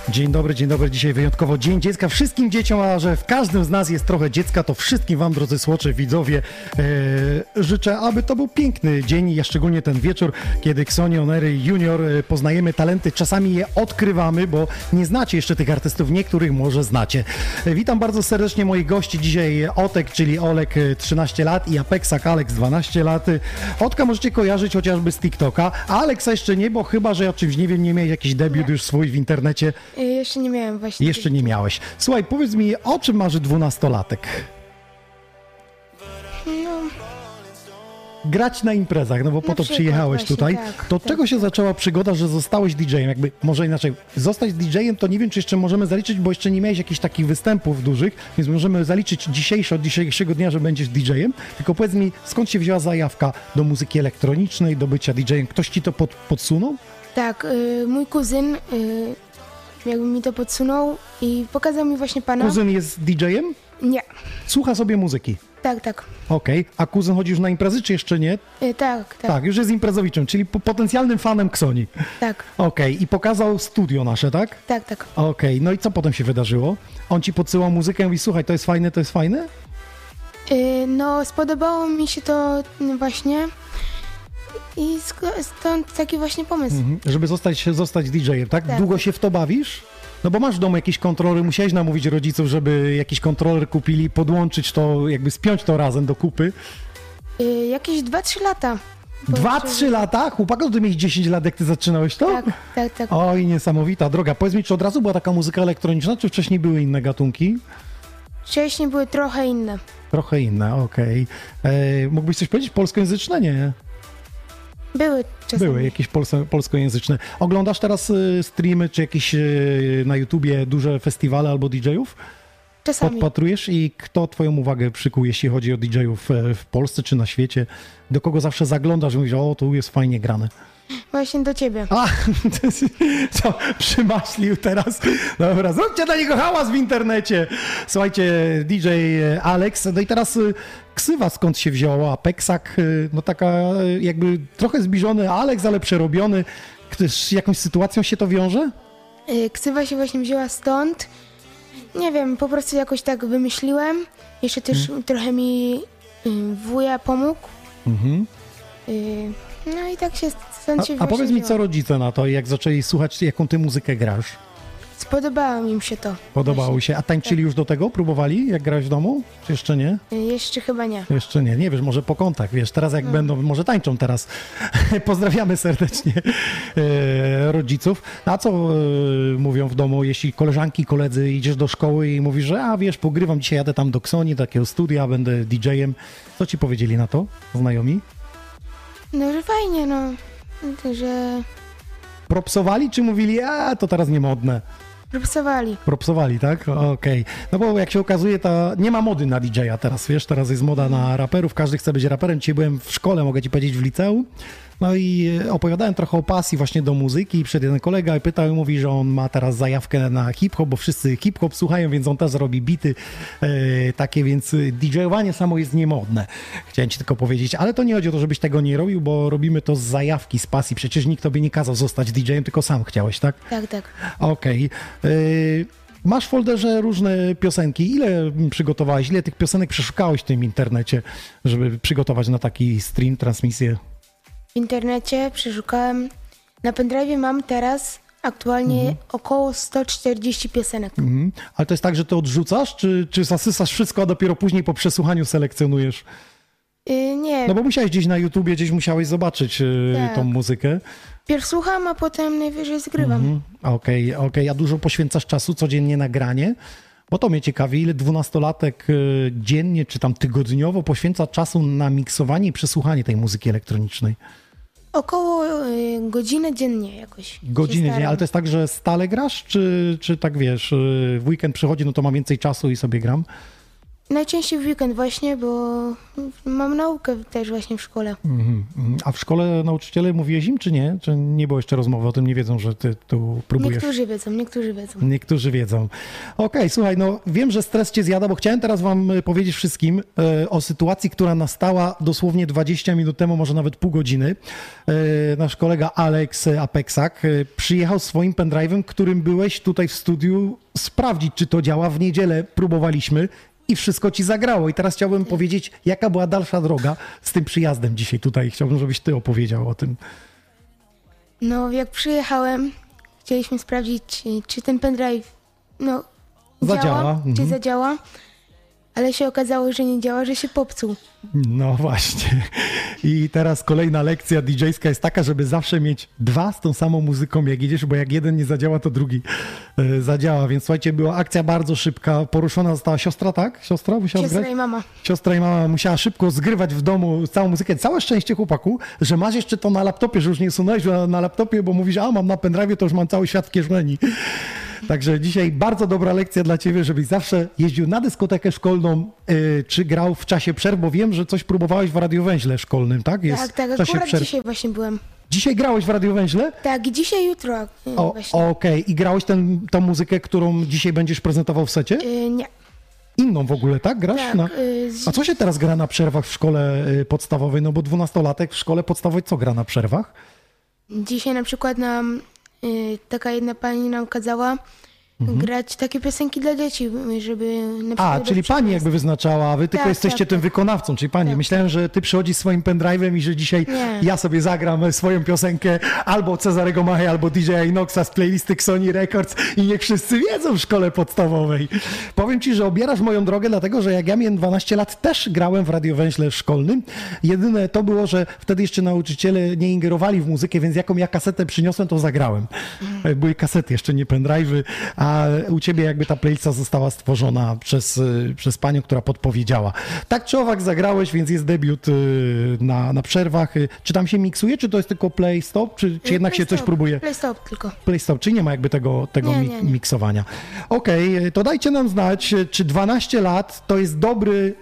Dzień dobry, dzień dobry. Dzisiaj wyjątkowo Dzień Dziecka wszystkim dzieciom, a że w każdym z nas jest trochę dziecka, to wszystkim wam, drodzy słuchacze, widzowie, życzę, aby to był piękny dzień, a szczególnie ten wieczór, kiedy Xoni Onery Junior poznajemy talenty, czasami je odkrywamy, bo nie znacie jeszcze tych artystów, niektórych może znacie. Witam bardzo serdecznie moich gości dzisiaj, Otek, czyli Olek 13 lat i Apexak Alex 12 lat. Otka możecie kojarzyć chociażby z TikToka, a Alexa jeszcze nie, bo chyba, że ja czymś nie wiem, nie miałeś jakiś debiut już swój w internecie. Jeszcze nie miałem właśnie. Jeszcze nie miałeś. Słuchaj, powiedz mi, o czym marzy 12-latek? No, Grać na imprezach, no bo po to przykład przyjechałeś właśnie, tutaj. tak, To od tak, czego się zaczęła przygoda, że zostałeś DJ-em? Jakby, może inaczej, zostać DJ-em to nie wiem, czy jeszcze możemy zaliczyć, bo jeszcze nie miałeś jakichś takich występów dużych, więc możemy zaliczyć od dzisiejszego dnia, że będziesz DJ-em. Tylko powiedz mi, skąd się wzięła zajawka do muzyki elektronicznej, do bycia DJ-em? Ktoś ci to podsunął? tak, mój kuzyn jakby mi to podsunął i pokazał mi właśnie pana. Kuzyn jest DJ-em? Nie, Słucha sobie muzyki. tak. Okej. A kuzyn chodzi już na imprezy, czy jeszcze nie? Tak. Tak, już jest imprezowiczem, czyli potencjalnym fanem Xoni. Tak. Okej, i pokazał studio nasze, tak? Tak. Okej, no i co potem się wydarzyło? On ci podsyłał muzykę i mówi, słuchaj, to jest fajne, to jest fajne? No, spodobało mi się to właśnie i stąd taki właśnie pomysł. Żeby zostać DJ-em, tak? Tak. Długo się w to bawisz? No bo masz w domu jakieś kontrolery, musiałeś namówić rodziców, żeby jakiś kontroler kupili, podłączyć to, jakby spiąć to razem do kupy. Jakieś 2-3 lata. 2-3 lata? Chłopaku, ty miałeś 10 lat, jak ty zaczynałeś to? Tak. Oj, niesamowita droga. Powiedz mi, czy od razu była taka muzyka elektroniczna, czy wcześniej były inne gatunki? Wcześniej były trochę inne. Trochę inne, okej. Mógłbyś coś powiedzieć? Polskojęzyczne? Nie. Były czasami. Były jakieś polskojęzyczne. Oglądasz teraz streamy, czy jakieś na YouTubie duże festiwale albo DJ-ów? Czasami. Podpatrujesz i kto twoją uwagę przykuje, jeśli chodzi o DJ-ów w Polsce czy na świecie? Do kogo zawsze zaglądasz i mówisz, o, tu jest fajnie grane? Właśnie do ciebie. A, co, przymaślił teraz. Dobra, zróbcie dla niego hałas w internecie. Słuchajcie, DJ Alex, no i teraz ksywa skąd się wzięła, Apexak, no taka jakby trochę zbliżony Alex, ale przerobiony. Z jakąś sytuacją się to wiąże? Ksywa się właśnie wzięła stąd. Nie wiem, po prostu jakoś tak wymyśliłem. Jeszcze też trochę mi wuja pomógł. No i tak się stąd się A właśnie powiedz mi, wzięło. co rodzice na to, jak zaczęli słuchać, jaką ty muzykę grasz? Spodobało im się to. Podobało Właśnie. się. A tańczyli już do tego? Próbowali, jak grałeś w domu? Czy jeszcze nie? Jeszcze chyba nie. Jeszcze nie, nie wiesz, może po kątach, wiesz, teraz jak będą, może tańczą teraz. Pozdrawiamy serdecznie rodziców. A co mówią w domu, jeśli koleżanki, koledzy, idziesz do szkoły i mówisz, że a wiesz, pogrywam dzisiaj, jadę tam do Xoni, takiego studia, będę DJ-em. Co ci powiedzieli na to, znajomi? No, że fajnie, no. Że Propsowali, czy mówili, a to teraz nie modne? propsowali. Propsowali, tak? Okej. No bo jak się okazuje, nie ma mody na DJ-a teraz, wiesz, teraz jest moda na raperów, każdy chce być raperem. Dzisiaj byłem w szkole, mogę ci powiedzieć, w liceum. No i opowiadałem trochę o pasji właśnie do muzyki i przyszedł jeden kolega i pytał i mówi, że on ma teraz zajawkę na hip-hop, bo wszyscy hip-hop słuchają, więc on też robi bity takie, więc DJ-owanie samo jest niemodne. Chciałem ci tylko powiedzieć, ale to nie chodzi o to, żebyś tego nie robił, bo robimy to z zajawki, z pasji. Przecież nikt tobie nie kazał zostać DJ-em, tylko sam chciałeś, tak? Tak. Okej. Masz w folderze różne piosenki. Ile przygotowałeś? Ile tych piosenek przeszukałeś w tym internecie, żeby przygotować na taki stream, transmisję? W internecie przeszukałem. Na pendrive mam teraz aktualnie około 140 piosenek. Ale to jest tak, że ty odrzucasz, czy zasysasz wszystko, a dopiero później po przesłuchaniu selekcjonujesz? Nie, No bo musiałeś gdzieś na YouTubie, gdzieś musiałeś zobaczyć Tak. tą muzykę. pierw słucham, a potem najwyżej zgrywam. Okej. A dużo poświęcasz czasu codziennie na granie? Bo to mnie ciekawi, ile 12-latek dziennie, czy tam tygodniowo poświęca czasu na miksowanie i przesłuchanie tej muzyki elektronicznej? Około godziny dziennie jakoś. się Godziny dziennie, staram. ale to jest tak, że stale grasz, czy tak wiesz, w weekend przychodzi, no to mam więcej czasu i sobie gram? Najczęściej w weekend właśnie, bo mam naukę też właśnie w szkole. A w szkole nauczyciele mówiłeś im, czy nie? Czy nie było jeszcze rozmowy o tym, nie wiedzą, że ty tu próbujesz? Niektórzy wiedzą. Niektórzy wiedzą. Okej, słuchaj, no wiem, że stres cię zjada, bo chciałem teraz wam powiedzieć wszystkim o sytuacji, która nastała dosłownie 20 minut temu, może nawet pół godziny. Nasz kolega Alex Apeksak przyjechał swoim pendrive'em, którym byłeś tutaj w studiu sprawdzić, czy to działa. W niedzielę próbowaliśmy i wszystko ci zagrało. I teraz chciałbym powiedzieć, jaka była dalsza droga z tym przyjazdem dzisiaj tutaj. Chciałbym, żebyś ty opowiedział o tym. No, jak przyjechałem, chcieliśmy sprawdzić, czy ten pendrive Zadziała. Czy zadziała, ale się okazało, że nie działa, że się popsuł. No właśnie. I teraz kolejna lekcja DJ-ska jest taka, żeby zawsze mieć dwa z tą samą muzyką, jak jedziesz, bo jak jeden nie zadziała, to drugi zadziała. Więc słuchajcie, była akcja bardzo szybka. Poruszona została siostra, tak? Siostra musiała Siostra zgrać? i mama. Siostra i mama musiała szybko zgrywać w domu całą muzykę. Całe szczęście, chłopaku, że masz jeszcze to na laptopie, że już nie sunąłeś na laptopie, bo mówisz, a mam na pendrive, to już mam cały świat w kieszeni. Także dzisiaj bardzo dobra lekcja dla ciebie, żebyś zawsze jeździł na dyskotekę szkolną, czy grał w czasie przerw, bo wiem, że coś próbowałeś w radiowęźle szkolnym, tak? Tak, akurat dzisiaj właśnie byłem. Dzisiaj grałeś w radiowęźle? Tak, i dzisiaj, jutro właśnie. Okej. I grałeś tą muzykę, którą dzisiaj będziesz prezentował w secie? Nie. Inną w ogóle, tak? Grasz? Tak, A co się teraz gra na przerwach w szkole podstawowej? No bo 12-latek w szkole podstawowej co gra na przerwach? Dzisiaj na przykład nam taka jedna pani nam kazała grać takie piosenki dla dzieci, żeby na przykład... Czyli pani jakby wyznaczała, a wy tylko jesteście tym wykonawcą, czyli pani. Tak. Myślałem, że ty przychodzisz swoim pendrive'em i że dzisiaj ja sobie zagram swoją piosenkę albo Cezarego Machy, albo DJ Inoxa z playlisty Sony Records i niech wszyscy wiedzą w szkole podstawowej. Powiem ci, że obierasz moją drogę, dlatego że jak ja miałem 12 lat, też grałem w radiowęźle szkolnym. Jedyne to było, że wtedy jeszcze nauczyciele nie ingerowali w muzykę, więc jaką ja kasetę przyniosłem, to zagrałem. Były kasety, jeszcze nie pendrive'y, a u ciebie jakby ta playlista została stworzona przez panią, która podpowiedziała. Tak czy owak zagrałeś, więc jest debiut na przerwach. Czy tam się miksuje, czy to jest tylko play stop, czy jednak się coś próbuje? Play stop tylko. Play stop, czyli nie ma jakby tego Nie. miksowania. Okej, to dajcie nam znać, czy 12 lat to jest dobry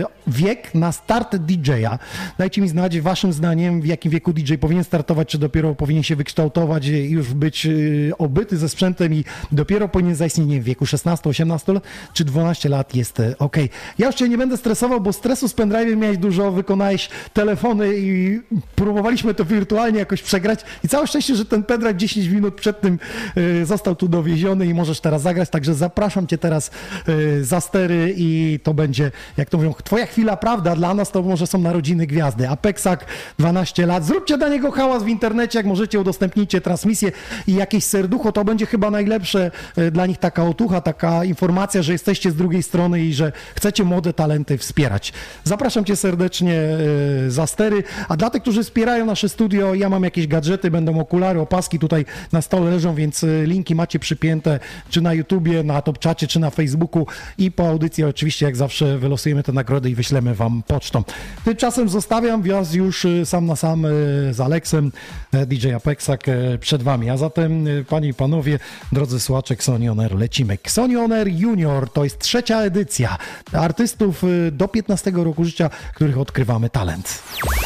wiek na start DJ-a. Dajcie mi znać waszym zdaniem, w jakim wieku DJ powinien startować, czy dopiero powinien się wykształtować i już być obyty ze sprzętem i dopiero powinien zaistnieć, nie wiem, w wieku 16-18 lat, czy 12 lat jest okej. Ja już cię nie będę stresował, bo stresu z pendrive'em miałeś dużo, wykonałeś telefony i próbowaliśmy to wirtualnie jakoś przegrać i całe szczęście, że ten pendrive 10 minut przed tym został tu dowieziony i możesz teraz zagrać, także zapraszam cię teraz za stery i to będzie, jak to mówią, twoja chwila, prawda? Dla nas to może są narodziny gwiazdy. Apeksak, 12 lat. Zróbcie dla niego hałas w internecie, jak możecie, udostępnijcie transmisję i jakieś serducho, to będzie chyba najlepsze dla nich taka otucha, taka informacja, że jesteście z drugiej strony i że chcecie młode talenty wspierać. Zapraszam cię serdecznie za stery, a dla tych, którzy wspierają nasze studio, ja mam jakieś gadżety, będą okulary, opaski tutaj na stole leżą, więc linki macie przypięte, czy na YouTubie, na Top Czacie, czy na Facebooku i po audycji oczywiście jak zawsze wylosujemy te nagrody i wyślemy wam pocztą. Tymczasem zostawiam was już sam na sam z Aleksem, DJ Apeksak przed wami. A zatem, panie i panowie, drodzy słuchacze Xoni On Air, lecimy. Xoni On Air Junior to jest 3. edycja artystów do 15 roku życia, których odkrywamy talent.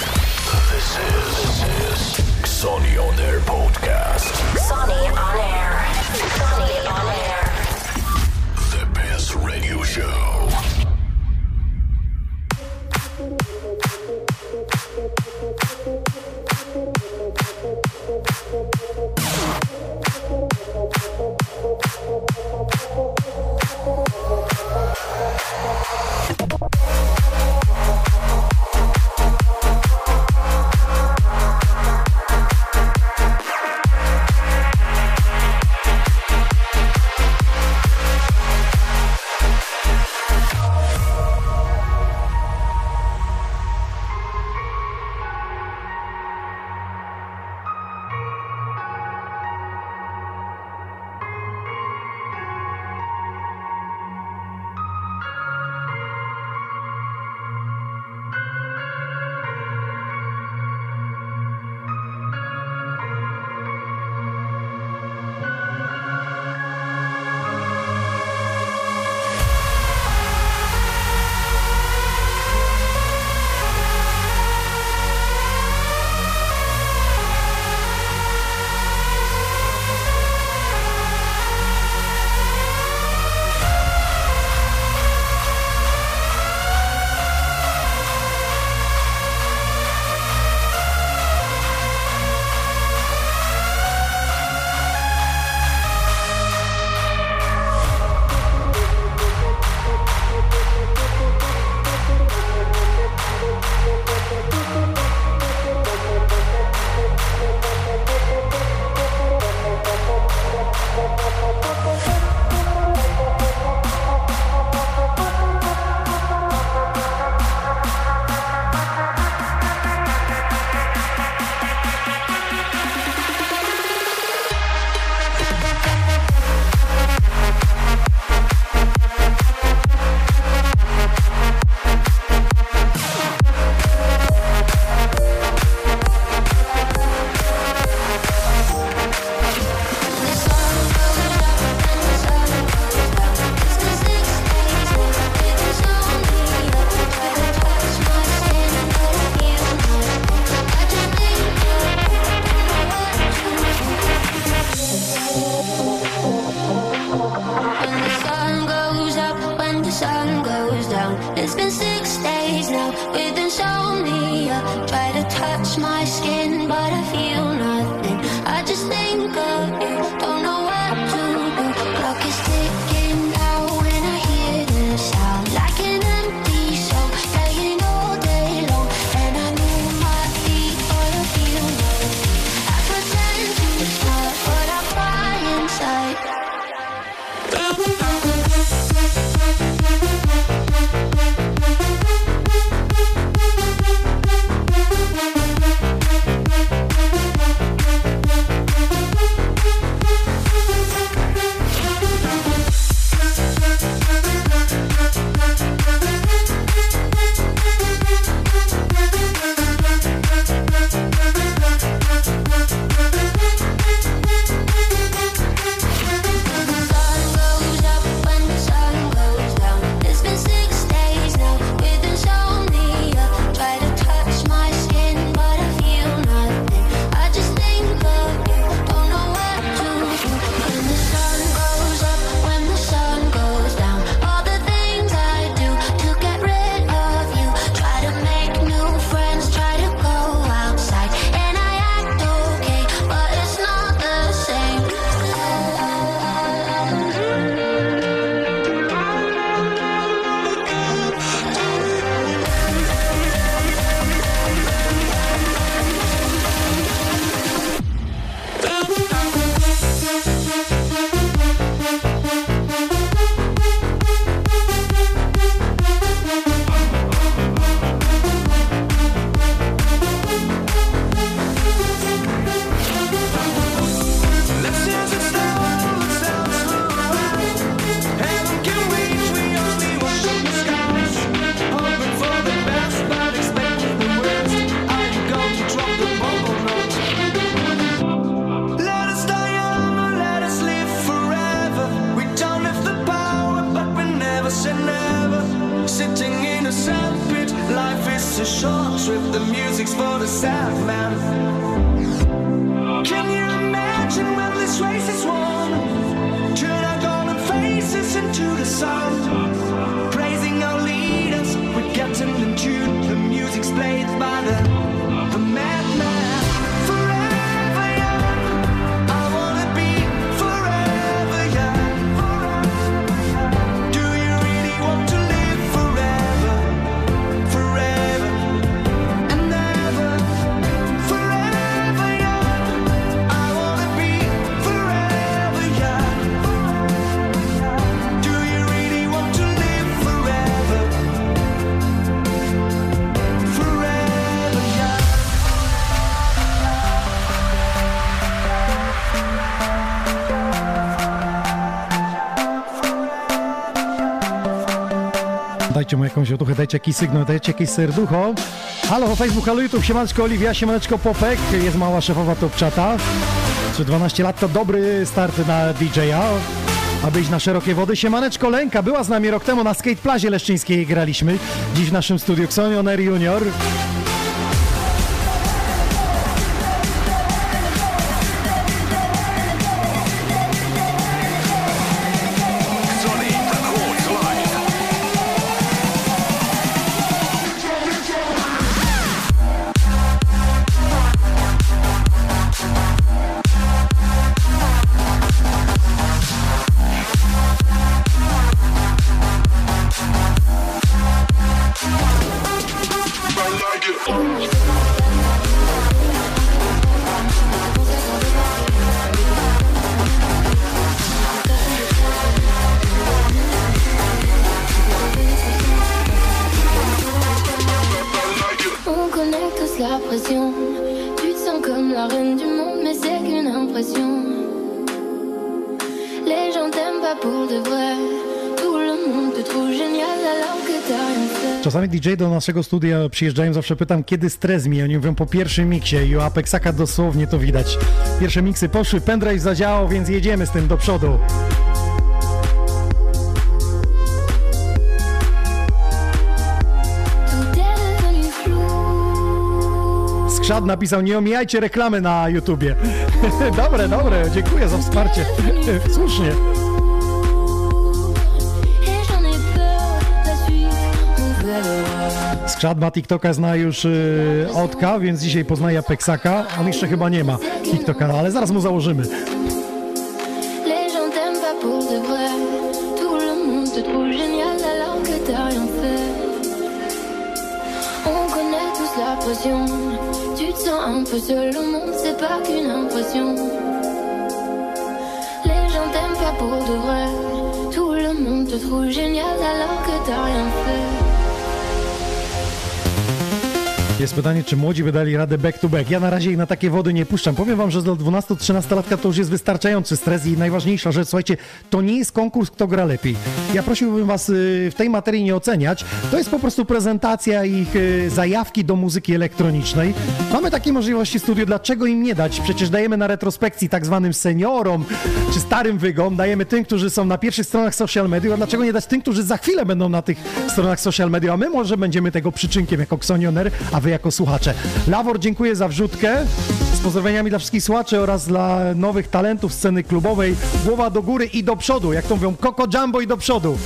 This is Xoni On Air podcast. Xoni On Air. Xoni On Air. The best radio show. the sad man. Can you imagine when this race is won? Turn our golden faces into the sun. Praising our leaders, we're getting in tune. The music's played by the madman. Forever young, I wanna be forever young. Do you really want to live forever? Forever and ever. Forever young, I wanna be forever young. Do you really want to live forever? Forever young. Dajcie mu jakąś otuchę, dajcie jakiś sygnał, dajcie jakieś serducho. Halo Facebook, halo YouTube, siemaneczko Oliwia, siemaneczko Popek, jest mała szefowa Top Chata. Czy 12 lat to dobry start na DJ-a, aby iść na szerokie wody. Siemaneczko Lenka, była z nami rok temu na Skate Plazie Leszczyńskiej graliśmy. Dziś w naszym studiu Xonion Air Junior. Sony records live. I like it. On connaît tous la pression. Tu te sens comme la reine du monde, mais c'est qu'une impression. Les gens t'aiment pas pour de vrai. Tout le monde te trouve génial alors que t'as rien fait. Czasami DJ do naszego studia przyjeżdżają, zawsze pytam, kiedy stres mi. Oni mówią po pierwszym miksie i u Apexaka dosłownie to widać. Pierwsze miksy poszły, pendrive zadziałał, więc jedziemy z tym do przodu. Tout est devenu flou. Skrzat napisał, nie omijajcie reklamy na YouTubie. Dobre, dziękuję za wsparcie. Słusznie. Et j'en ai peur, la suite, on verra. Skrzat ma TikToka, zna już Otka, więc dzisiaj poznaje Apexaka. On jeszcze chyba nie ma TikToka, ale zaraz mu założymy. Les gens t'aiment pas pour de vrai. Tout le monde te trouve génial alors que t'as rien fait. On connaît tous la pression. Tu te sens un peu seul au monde, c'est pas qu'une impression. Les gens t'aiment pas pour de vrai. Tout le monde te trouve génial alors que t'as rien fait. Jest pytanie, czy młodzi wydali radę back to back. Ja na razie ich na takie wody nie puszczam. Powiem wam, że dla 12-13-latka to już jest wystarczający stres i najważniejsza rzecz, słuchajcie, to nie jest konkurs, kto gra lepiej. Ja prosiłbym was w tej materii nie oceniać. To jest po prostu prezentacja ich zajawki do muzyki elektronicznej. Mamy takie możliwości w studiu, dlaczego im nie dać? Przecież dajemy na retrospekcji tak zwanym seniorom, czy starym wygom, dajemy tym, którzy są na pierwszych stronach social media, a dlaczego nie dać tym, którzy za chwilę będą na tych stronach social media, a my może będziemy tego przyczynkiem jako Xonion Air, a wy jako słuchacze. Lawor, dziękuję za wrzutkę. Z pozdrowieniami dla wszystkich słuchaczy oraz dla nowych talentów sceny klubowej. Głowa do góry i do przodu, jak to mówią, Coco Jumbo i do przodu.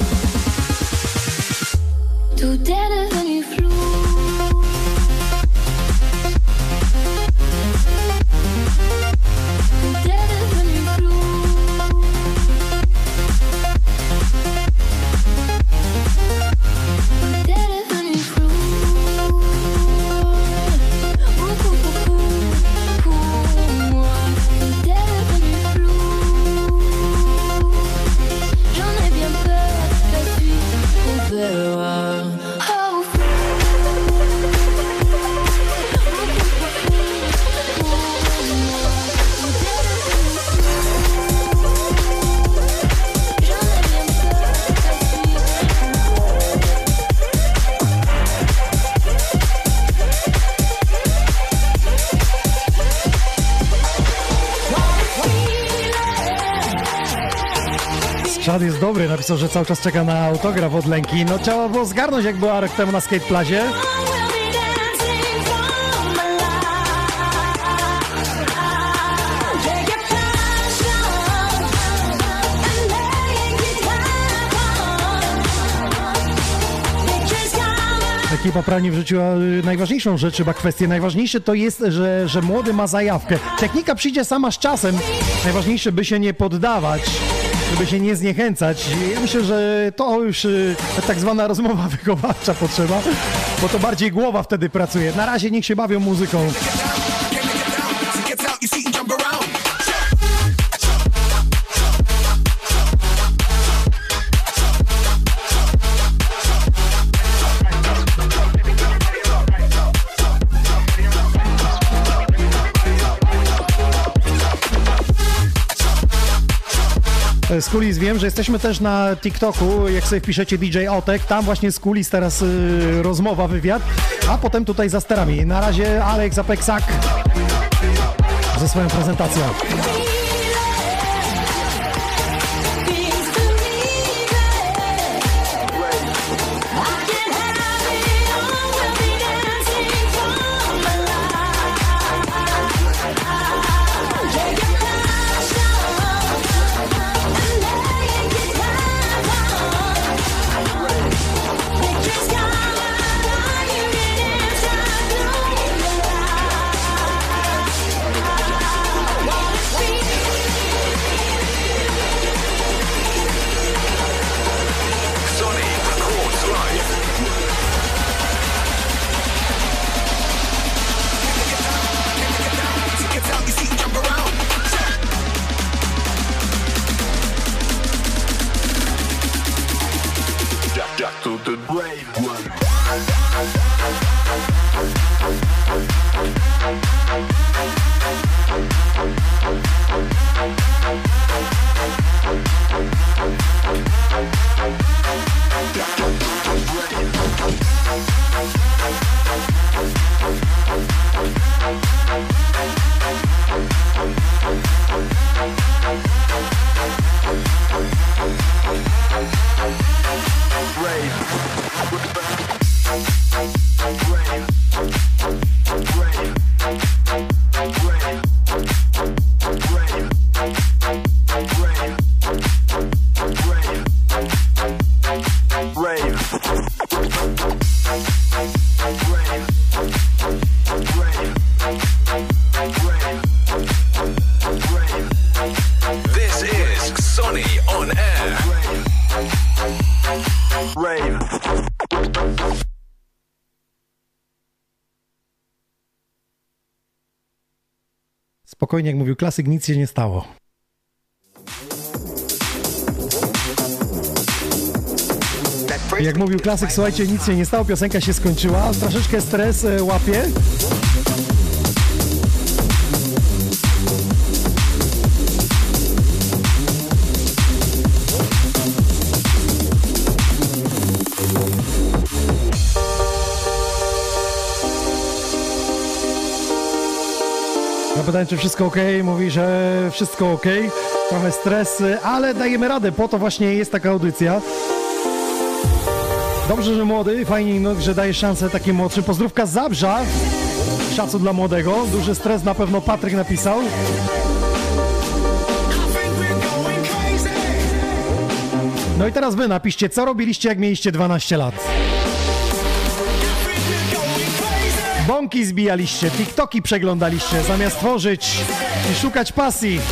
Tout est devenu flou. Tout est devenu flou. Tout est devenu flou. Beaucoup, beaucoup pour moi. Tout est devenu flou. J'en ai bien peur, la suite, on verra. Oh, Skrzat jest dobry, napisał, że cały czas czeka na autograf od Lenki. No trzeba było zgarnąć, jak była rok temu na Skate Plazie. Ekipa Pralni wrzuciła najważniejszą rzecz, chyba kwestię. Najważniejsze to jest, że młody ma zajawkę. Technika przyjdzie sama z czasem. Najważniejsze, by się nie poddawać, żeby się nie zniechęcać. Ja myślę, że to już tak zwana rozmowa wychowawcza potrzeba, bo to bardziej głowa wtedy pracuje. Na razie niech się bawią muzyką. Z kulis wiem, że jesteśmy też na TikToku, jak sobie wpiszecie DJ Otek, tam właśnie z kulis teraz rozmowa, wywiad, a potem tutaj za sterami. Na razie Alex Apexak ze swoją prezentacją. Spokojnie, jak mówił klasyk, nic się nie stało. Jak mówił klasyk, słuchajcie, nic się nie stało, piosenka się skończyła, troszeczkę stres łapie. Zapytałem, czy wszystko ok, mówi, że wszystko ok, mamy stres, ale dajemy radę, po to właśnie jest taka audycja. Dobrze, że młody, fajnie, no, że dajesz szansę takim młodszym. Pozdrówka z Zabrza, szacun dla młodego, duży stres na pewno Patryk napisał. No i teraz wy napiszcie, co robiliście, jak mieliście 12 lat. Bąki zbijaliście, TikToki przeglądaliście, zamiast tworzyć i szukać pasji.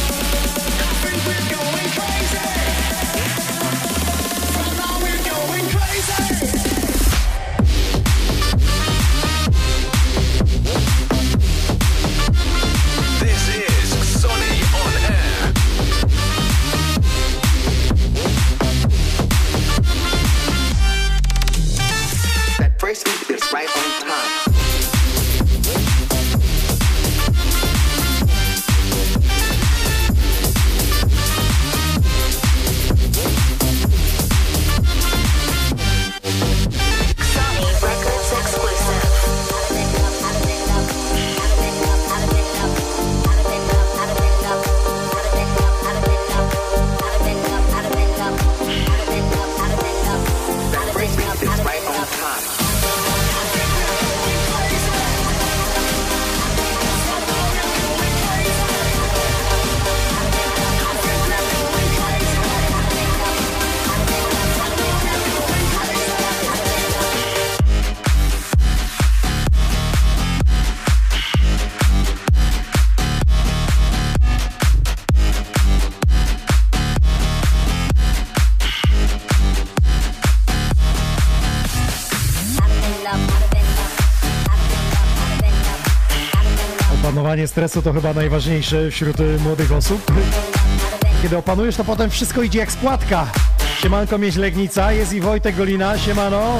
opanowanie stresu to chyba najważniejsze wśród młodych osób. Kiedy opanujesz, to potem wszystko idzie jak spłatka. Siemanko Mieś Legnica, jest i Wojtek Golina, siemano.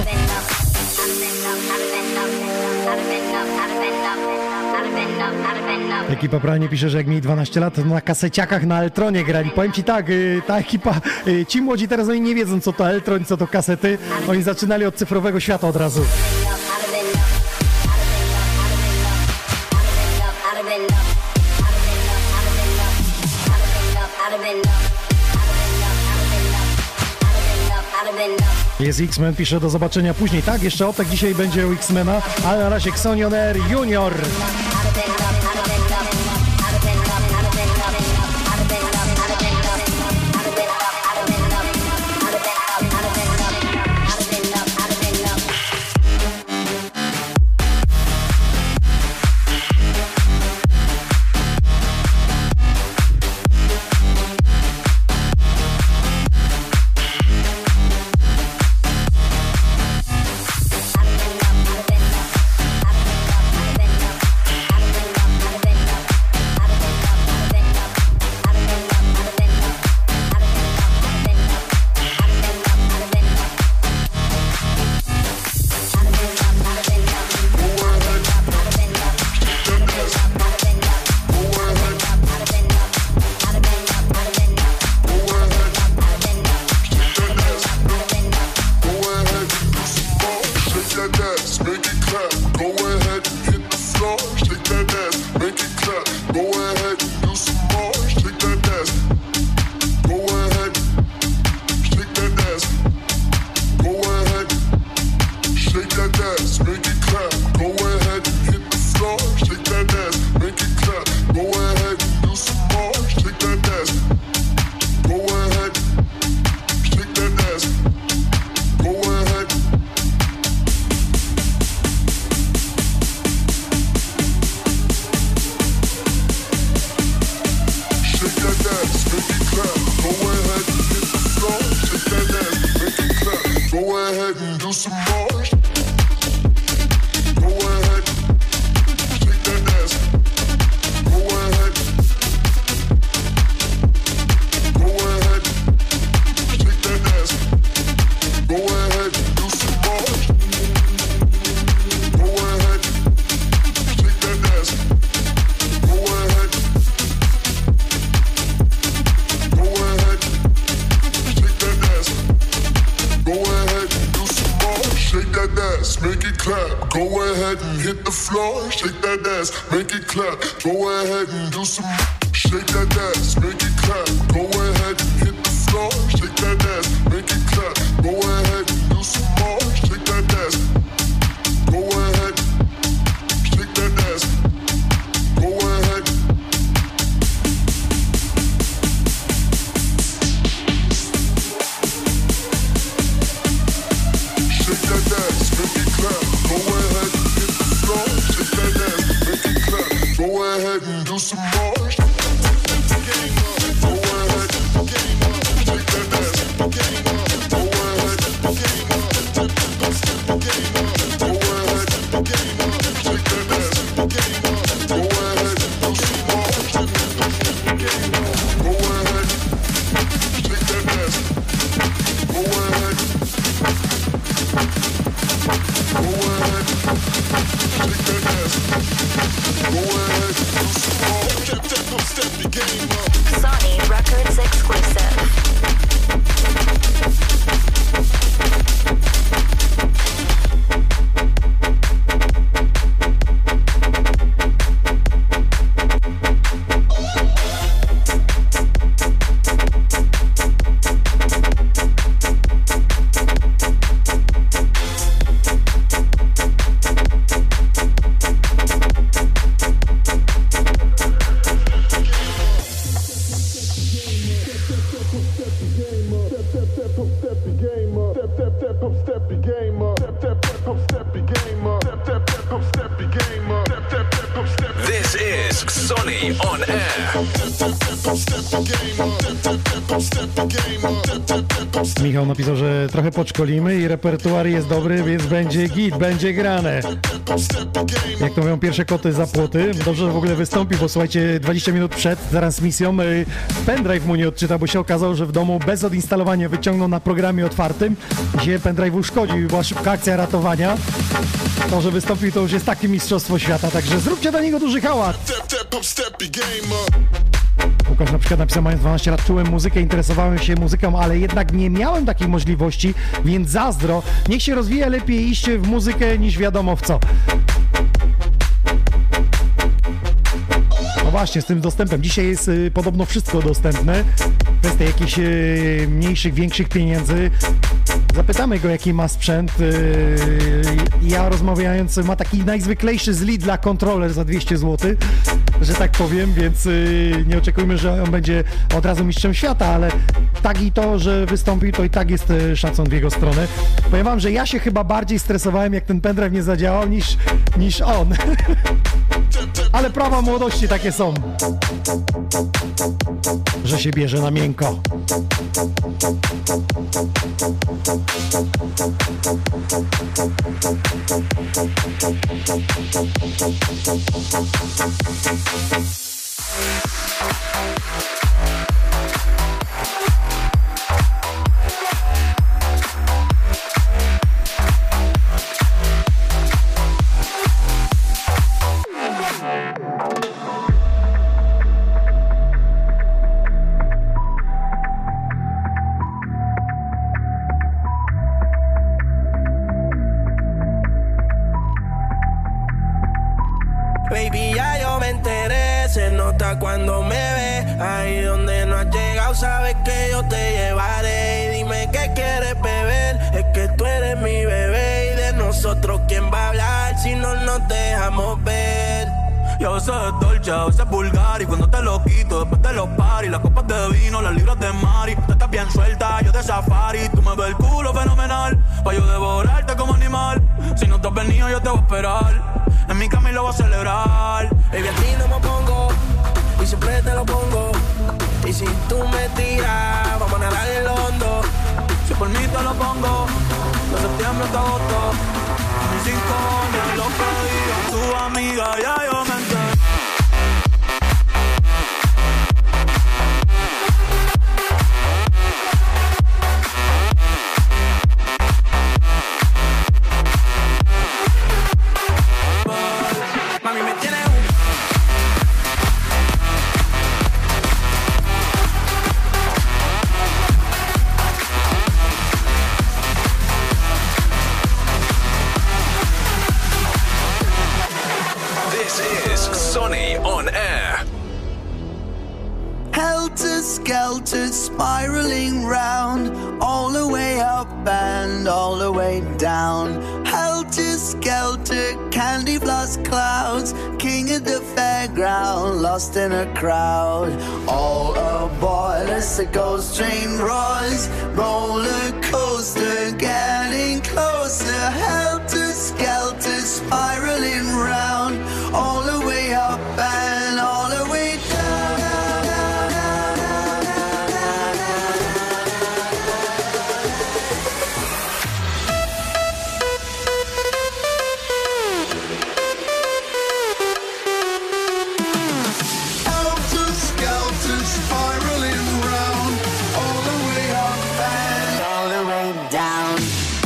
Ekipa pralnie pisze, że jak mieli 12 lat, to na kaseciakach na Eltronie grali. Powiem ci tak, ta ekipa, ci młodzi teraz oni nie wiedzą, co to Eltron, co to kasety. Oni zaczynali od cyfrowego świata od razu. Jest X-Men, pisze do zobaczenia później. Tak, jeszcze Opek dzisiaj będzie u X-Mena, ale na razie Xonion Air Junior. Sony Records exclusive. This is Sonny on air. Michał napisał, że trochę podszkolimy i repertuar jest dobry, więc będzie git, będzie grane. Jak to mówią pierwsze koty za płoty. Dobrze, że w ogóle wystąpił, bo słuchajcie, 20 minut przed transmisją pendrive mu nie odczyta, bo się okazało, że w domu bez odinstalowania wyciągnął na programie otwartym i się pendrive uszkodził. Była szybka akcja ratowania. To, że wystąpił, to już jest takie mistrzostwo świata, także zróbcie dla niego duży hałas. Łukasz na przykład napisał, mając 12 lat, czułem muzykę, interesowałem się muzyką, ale jednak nie miałem takiej możliwości, więc zazdro. Niech się rozwija, lepiej iść w muzykę niż wiadomo w co. No właśnie, z tym dostępem. Dzisiaj jest podobno wszystko dostępne. Kwestia jakichś mniejszych, większych pieniędzy. Zapytamy go, jaki ma sprzęt. Ja rozmawiając, ma taki najzwyklejszy z Lidla kontroler za 200 zł, że tak powiem, więc nie oczekujmy, że on będzie od razu mistrzem świata, ale tak i to, że wystąpił, to i tak jest szacun w jego stronę. Powiem wam, że ja się chyba bardziej stresowałem, jak ten pendrive nie zadziałał, niż on. Ale prawa młodości takie są, że się bierze na miękko. Baby, ya yo me enteré, se nota cuando me ve. Ahí donde no has llegado, sabes que yo te llevaré. Y dime qué quieres beber, es que tú eres mi bebé. Y de nosotros, ¿quién va a hablar si no nos dejamos ver? Y a veces es dolce, a veces es vulgar. Y cuando te lo quito, después de los paris, las copas de vino, las libras de mari. Tú estás bien suelta, yo de safari. Tú me ves el culo fenomenal, pa' yo devorarte como animal. Si no te has venido, yo te voy a esperar. En mi cama y lo voy a celebrar. Baby, a ti no me pongo, y siempre te lo pongo. Y si tú me tiras, vamos a nadar el hondo. Si por mí te lo pongo, de septiembre hasta agosto. Mis 5 años, lo que diga tu amiga, ya yo me enteré. Mami, me tienes This is Sonny on air. Helter skelter spiraling round, all the way up and all the way down. Helter skelter, candy floss clouds, king of the fairground, lost in a crowd. All aboard as the Gulf Stream roars, roller coaster getting closer. Helter skelter spiraling round, all the way up and all the way down. Helter skelter spiraling round, all the way up and all the way down.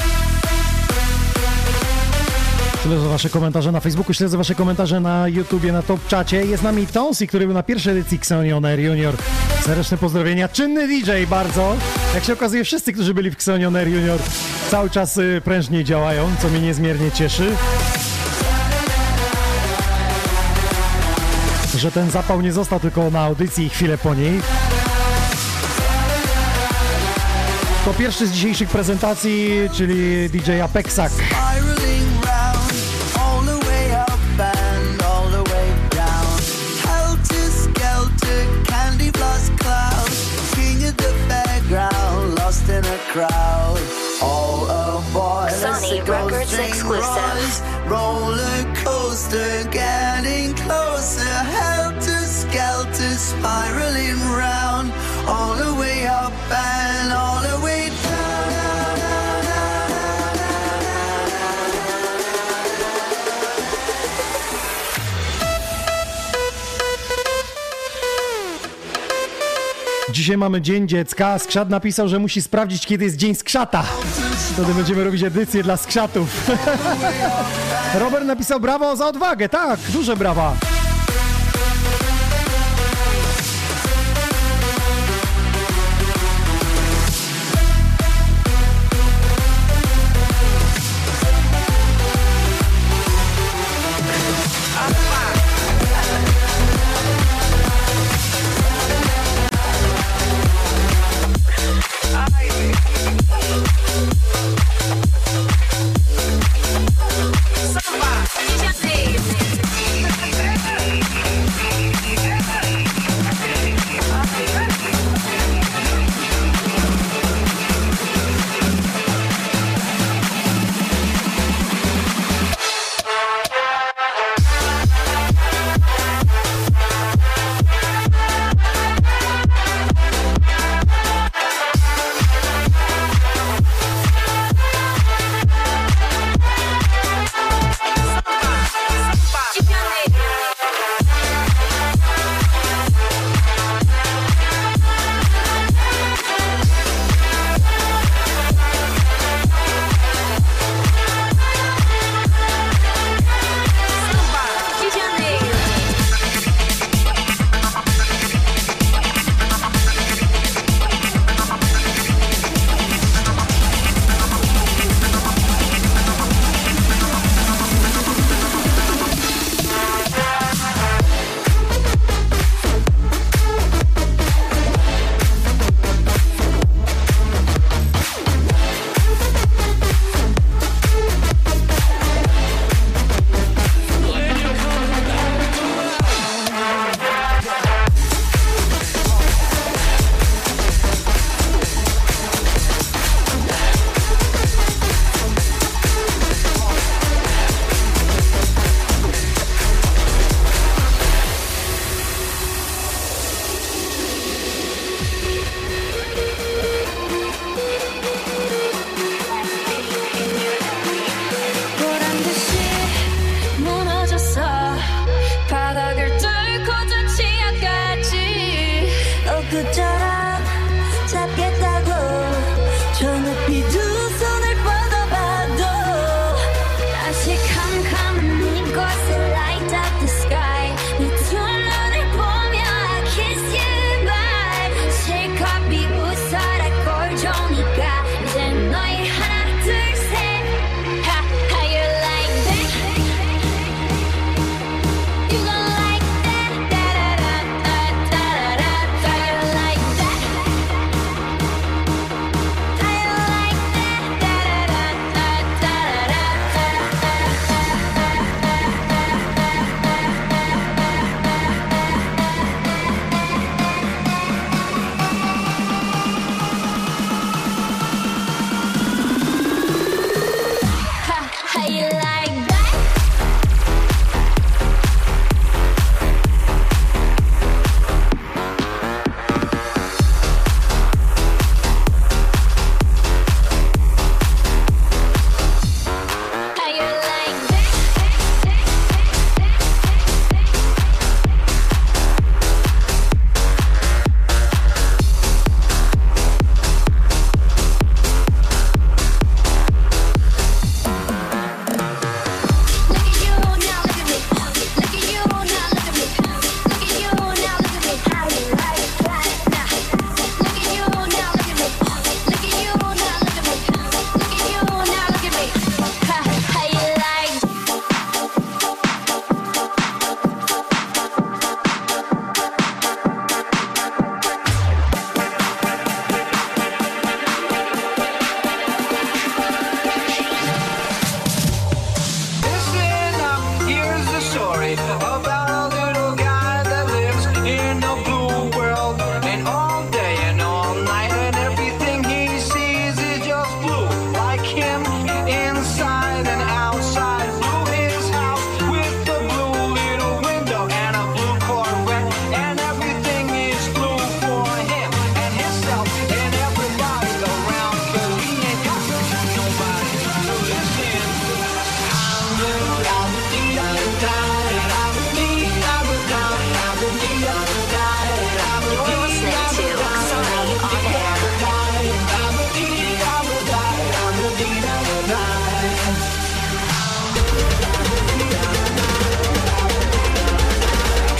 Śledzę wasze komentarze na Facebooku, śledzę wasze komentarze na YouTubie, na Top Czacie. Jest z nami Tonsi, który był na pierwszej edycji Xoni On Air Junior. Serdeczne pozdrowienia. Czynny DJ bardzo. Jak się okazuje, wszyscy, którzy byli w Xoni On Air Junior, cały czas prężniej działają, co mnie niezmiernie cieszy. Że ten zapał nie został tylko na audycji i chwilę po niej. To pierwszy z dzisiejszych prezentacji, czyli DJ Apexak. Spiraling round, all the way up and all the way down. Helter skelter, candy floss clouds, king of the fairground, lost in a crowd. All aboard, Sony Records exclusive. Roller coaster getting closer. Helter skelter, spiraling round, all the way up and all the way down. dzisiaj mamy Dzień Dziecka. Skrzat napisał, że musi sprawdzić, kiedy jest Dzień Skrzata. Wtedy będziemy robić edycję dla skrzatów. Robert napisał brawo za odwagę. Tak, duże brawa.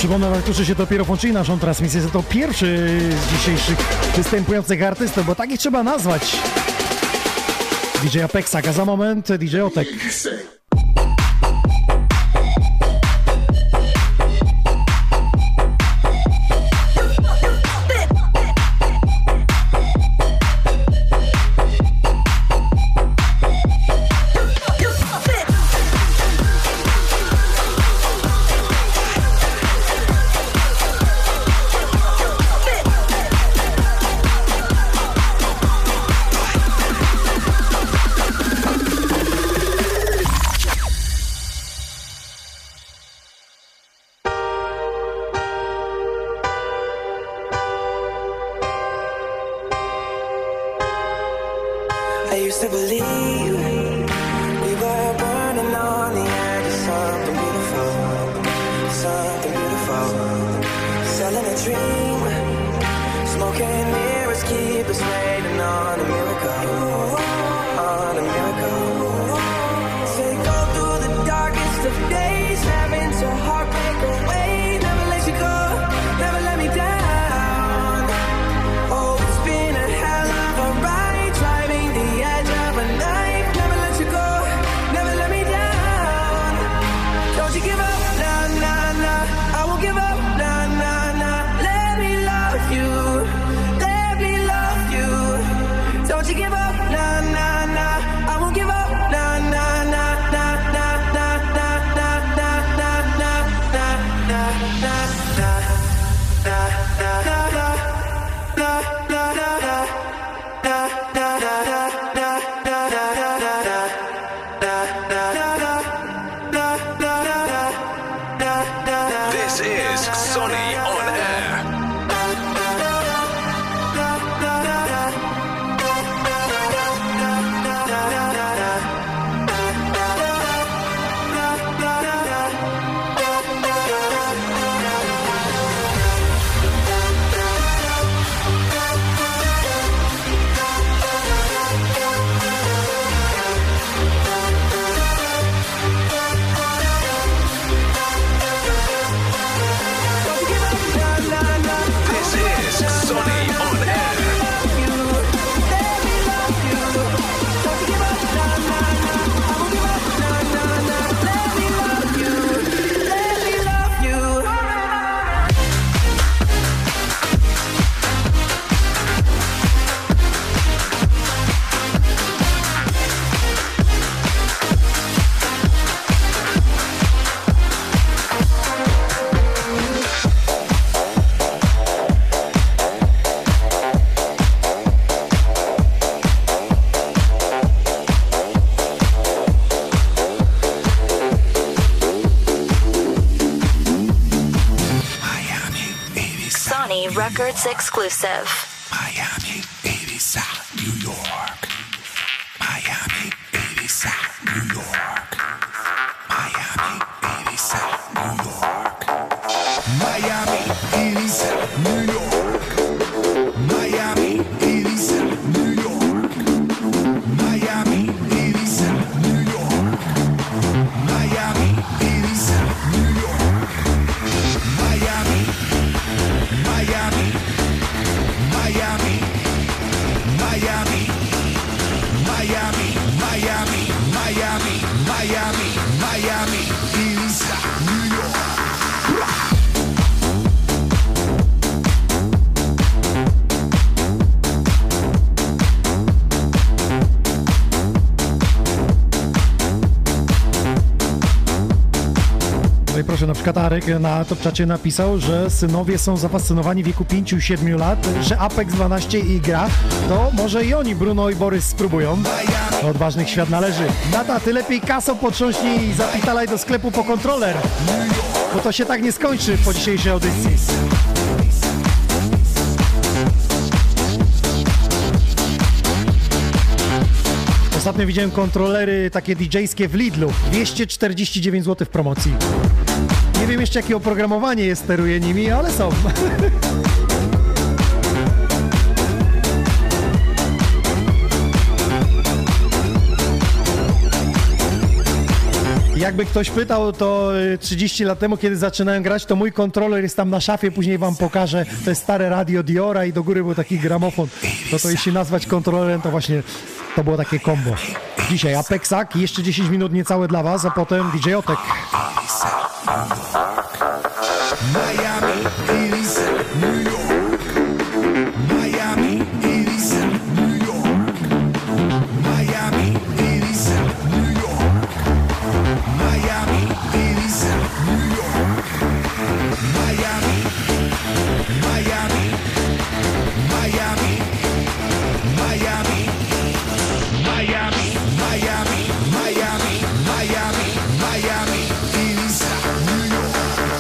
Przypomnę, którzy się dopiero włączyli naszą transmisję, że to pierwszy z dzisiejszych występujących artystów, bo tak ich trzeba nazwać. DJ Apexa, a za moment DJ Otek. Records exclusive. Miami, 80 South, New York. Miami, 80 South, New York. Miami, 80 South, New York. Miami, 80 South, New York. Miami, 80 South, New York. Miami, 80 South, New York. Miami, 80 South, New York. Miami. Miami, Miami, Miami, Miami, Miami, Miami, Miami, Miami, East New York. Proszę, na przykład Arek na Topczacie napisał, że synowie są zafascynowani w wieku 5 i 7 lat, że Apex 12 i gra, to może i oni, Bruno i Borys, spróbują. Do odważnych świat należy. Nata, ty lepiej kasą potrząśnij i zapitalaj do sklepu po kontroler, bo to się tak nie skończy po dzisiejszej audycji. Ostatnio widziałem kontrolery takie DJ-skie w Lidlu. 249 zł w promocji. Nie wiem jeszcze, jakie oprogramowanie je steruje nimi, ale są. Jak Jakby ktoś pytał, to 30 lat temu, kiedy zaczynałem grać, to mój kontroler jest tam na szafie, później wam pokażę. To jest stare radio Diora i do góry był taki gramofon. To jeśli nazwać kontrolerem, to właśnie to było takie combo. Dzisiaj Apexak, jeszcze 10 minut niecałe dla was, a potem DJ Otek. Miami, Ibiza, New York. Miami, Ibiza, New York. Miami, Ibiza, New York. Miami, Ibiza, New York. Miami, Miami, Miami, Miami, Miami, Miami, Miami, Miami, Miami, Ibiza, New York.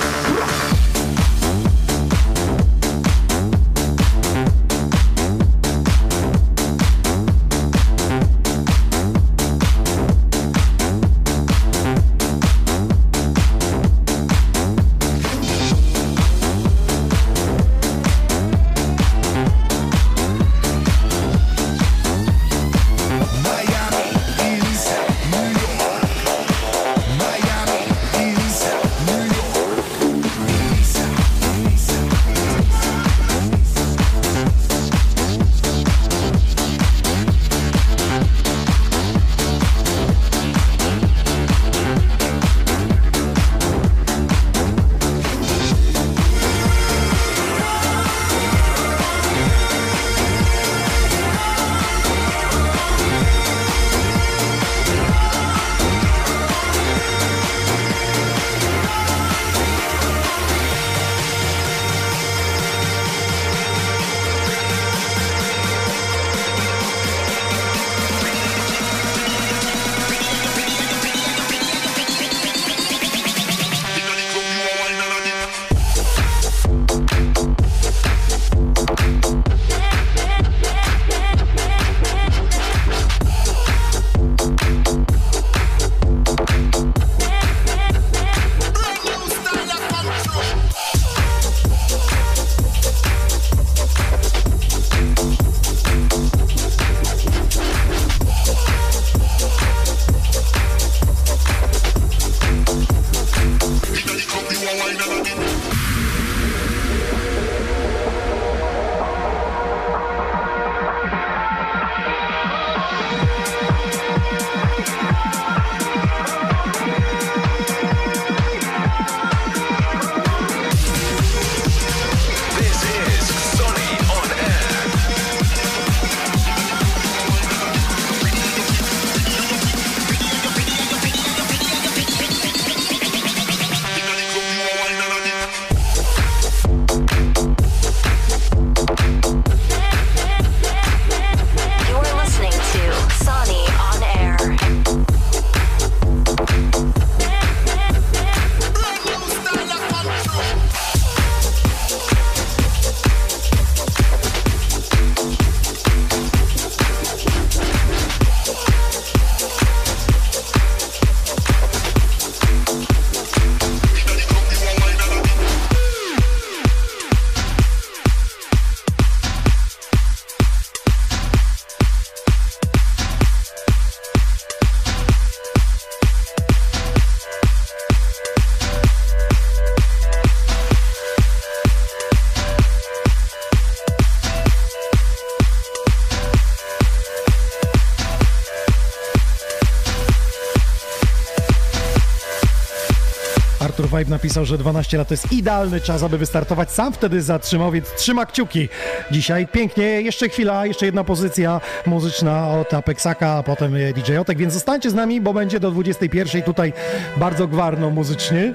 Artur Vibe napisał, że 12 lat to jest idealny czas, aby wystartować. Sam wtedy zatrzymał, więc trzyma kciuki. Dzisiaj pięknie, jeszcze chwila, jeszcze jedna pozycja muzyczna od Apexaka, a potem DJ Otek, więc zostańcie z nami, bo będzie do 21 tutaj bardzo gwarno muzycznie.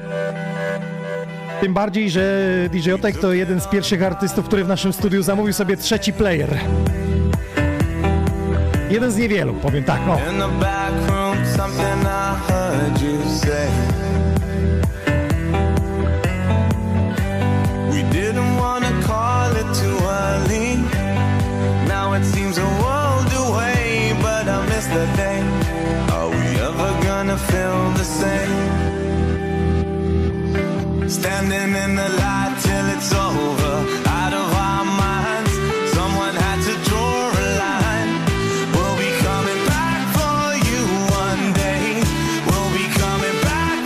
Tym bardziej, że DJ Otek to jeden z pierwszych artystów, który w naszym studiu zamówił sobie trzeci player. Jeden z niewielu, powiem tak, o. It seems a world away, but I miss the day. Are we ever gonna feel the same? Standing in the light till it's over, out of our minds. Someone had to draw a line. We'll be coming back for you one day. We'll be coming back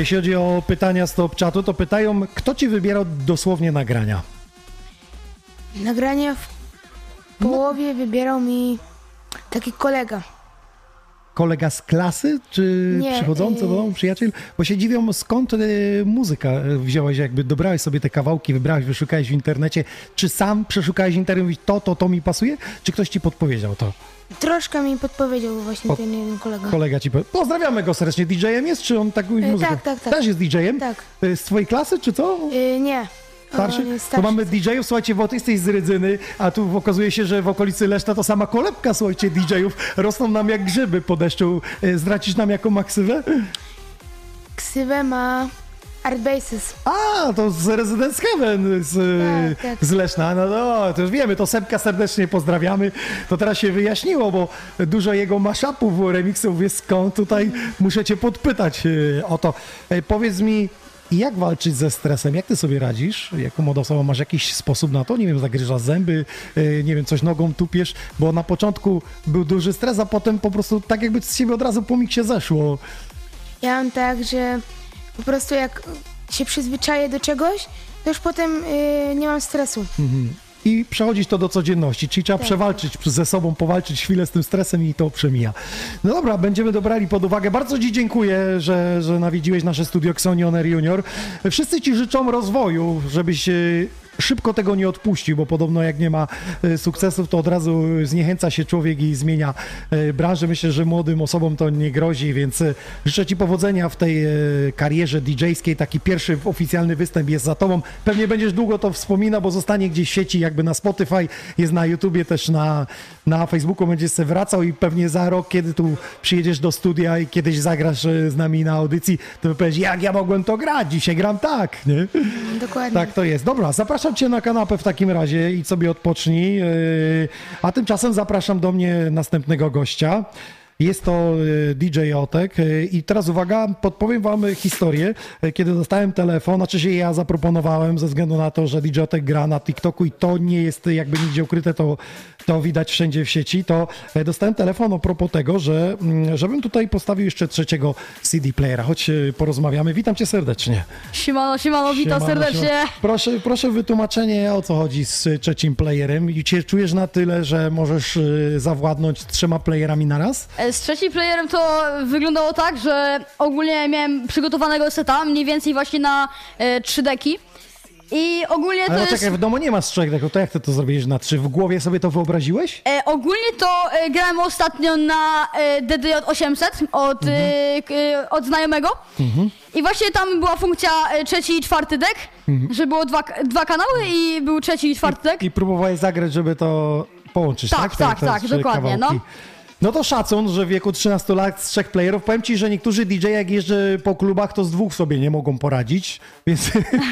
Jeśli chodzi o pytania z Top Chatu, to pytają, kto ci wybierał dosłownie nagrania? Nagrania w połowie wybierał mi taki kolega. Kolega z klasy, czy Nie, przychodzący do domu, przyjaciel? Bo się dziwią, skąd muzyka wziąłeś, jakby dobrałeś sobie te kawałki, wybrałeś, wyszukałeś w internecie. Czy sam przeszukałeś internet i mówisz, to mi pasuje? Czy ktoś ci podpowiedział to? Troszkę mi podpowiedział właśnie ten jeden kolega. Kolega ci pozdrawiamy go serdecznie. DJ-em jest, czy on taką muzykę? Tak. Też jest DJ-em? Tak. Z twojej klasy, czy co? Nie. Starszy? On jest To starszy. mamy DJ-ów, słuchajcie, bo ty jesteś z Rydzyny, a tu okazuje się, że w okolicy Leszna to sama kolebka, słuchajcie, DJ-ów rosną nam jak grzyby po deszczu. Zdracisz nam jaką ma ksywę? Ksywę ma Art Bases. A, to z Residence Heaven Tak. z Leszna. No, to już wiemy, to Sepka serdecznie pozdrawiamy. To teraz się wyjaśniło, bo dużo jego mashupów, remixów jest skąd. Tutaj muszę cię podpytać o to. Powiedz mi, jak walczyć ze stresem? Jak ty sobie radzisz? Jako młoda osoba masz jakiś sposób na to? Nie wiem, zagryzasz zęby, nie wiem, coś nogą tupiesz, bo na początku był duży stres, a potem po prostu tak jakby z siebie od razu po miksie zeszło. Ja mam tak, że po prostu jak się przyzwyczaję do czegoś, to już potem nie mam stresu. I przechodzić to do codzienności, czyli trzeba przewalczyć ze sobą, powalczyć chwilę z tym stresem i to przemija. No dobra, będziemy dobrali pod uwagę. Bardzo ci dziękuję, że nawiedziłeś nasze studio Xoni On Air Junior. Wszyscy ci życzą rozwoju, żebyś szybko tego nie odpuścił, bo podobno jak nie ma sukcesów, to od razu zniechęca się człowiek i zmienia branżę. Myślę, że młodym osobom to nie grozi, więc życzę ci powodzenia w tej karierze DJ-skiej. Taki pierwszy oficjalny występ jest za tobą. Pewnie będziesz długo to wspominał, bo zostanie gdzieś w sieci, jakby na Spotify, jest na YouTubie, też na Facebooku będziesz sobie wracał i pewnie za rok, kiedy tu przyjedziesz do studia i kiedyś zagrasz z nami na audycji, to powiesz, jak ja mogłem to grać? Dzisiaj gram tak, nie? Dokładnie. Tak to jest. Dobra, zapraszam cię na kanapę w takim razie i sobie odpocznij, a tymczasem zapraszam do mnie następnego gościa. Jest to DJ Otek i teraz uwaga, podpowiem wam historię, kiedy dostałem telefon, znaczy się ja zaproponowałem ze względu na to, że DJ Otek gra na TikToku i to nie jest jakby nigdzie ukryte, to widać wszędzie w sieci, to dostałem telefon a propos tego, żebym tutaj postawił jeszcze trzeciego CD playera. Chodź porozmawiamy. Witam cię serdecznie. Siemano, witam serdecznie. Proszę wytłumaczenie, o co chodzi z trzecim playerem. I cię czujesz na tyle, że możesz zawładnąć 3 playerami na raz? Z trzecim playerem to wyglądało tak, że ogólnie miałem przygotowanego seta, mniej więcej właśnie na 3 deki. I ogólnie to Ale jest... czekaj, w domu nie masz 3 deków, to jak ty to zrobiłeś na 3? W głowie sobie to wyobraziłeś? Ogólnie to grałem ostatnio na DDJ 800 od znajomego. I właśnie tam była funkcja 3. i 4 dek, że było dwa kanały i był 3. i 4 dek. I próbowałeś zagrać, żeby to połączyć, tak? Tak, dokładnie, no. No to szacun, że w wieku 13 lat z 3 playerów. Powiem ci, że niektórzy DJ jak jeżdżę po klubach, to z 2 sobie nie mogą poradzić, więc,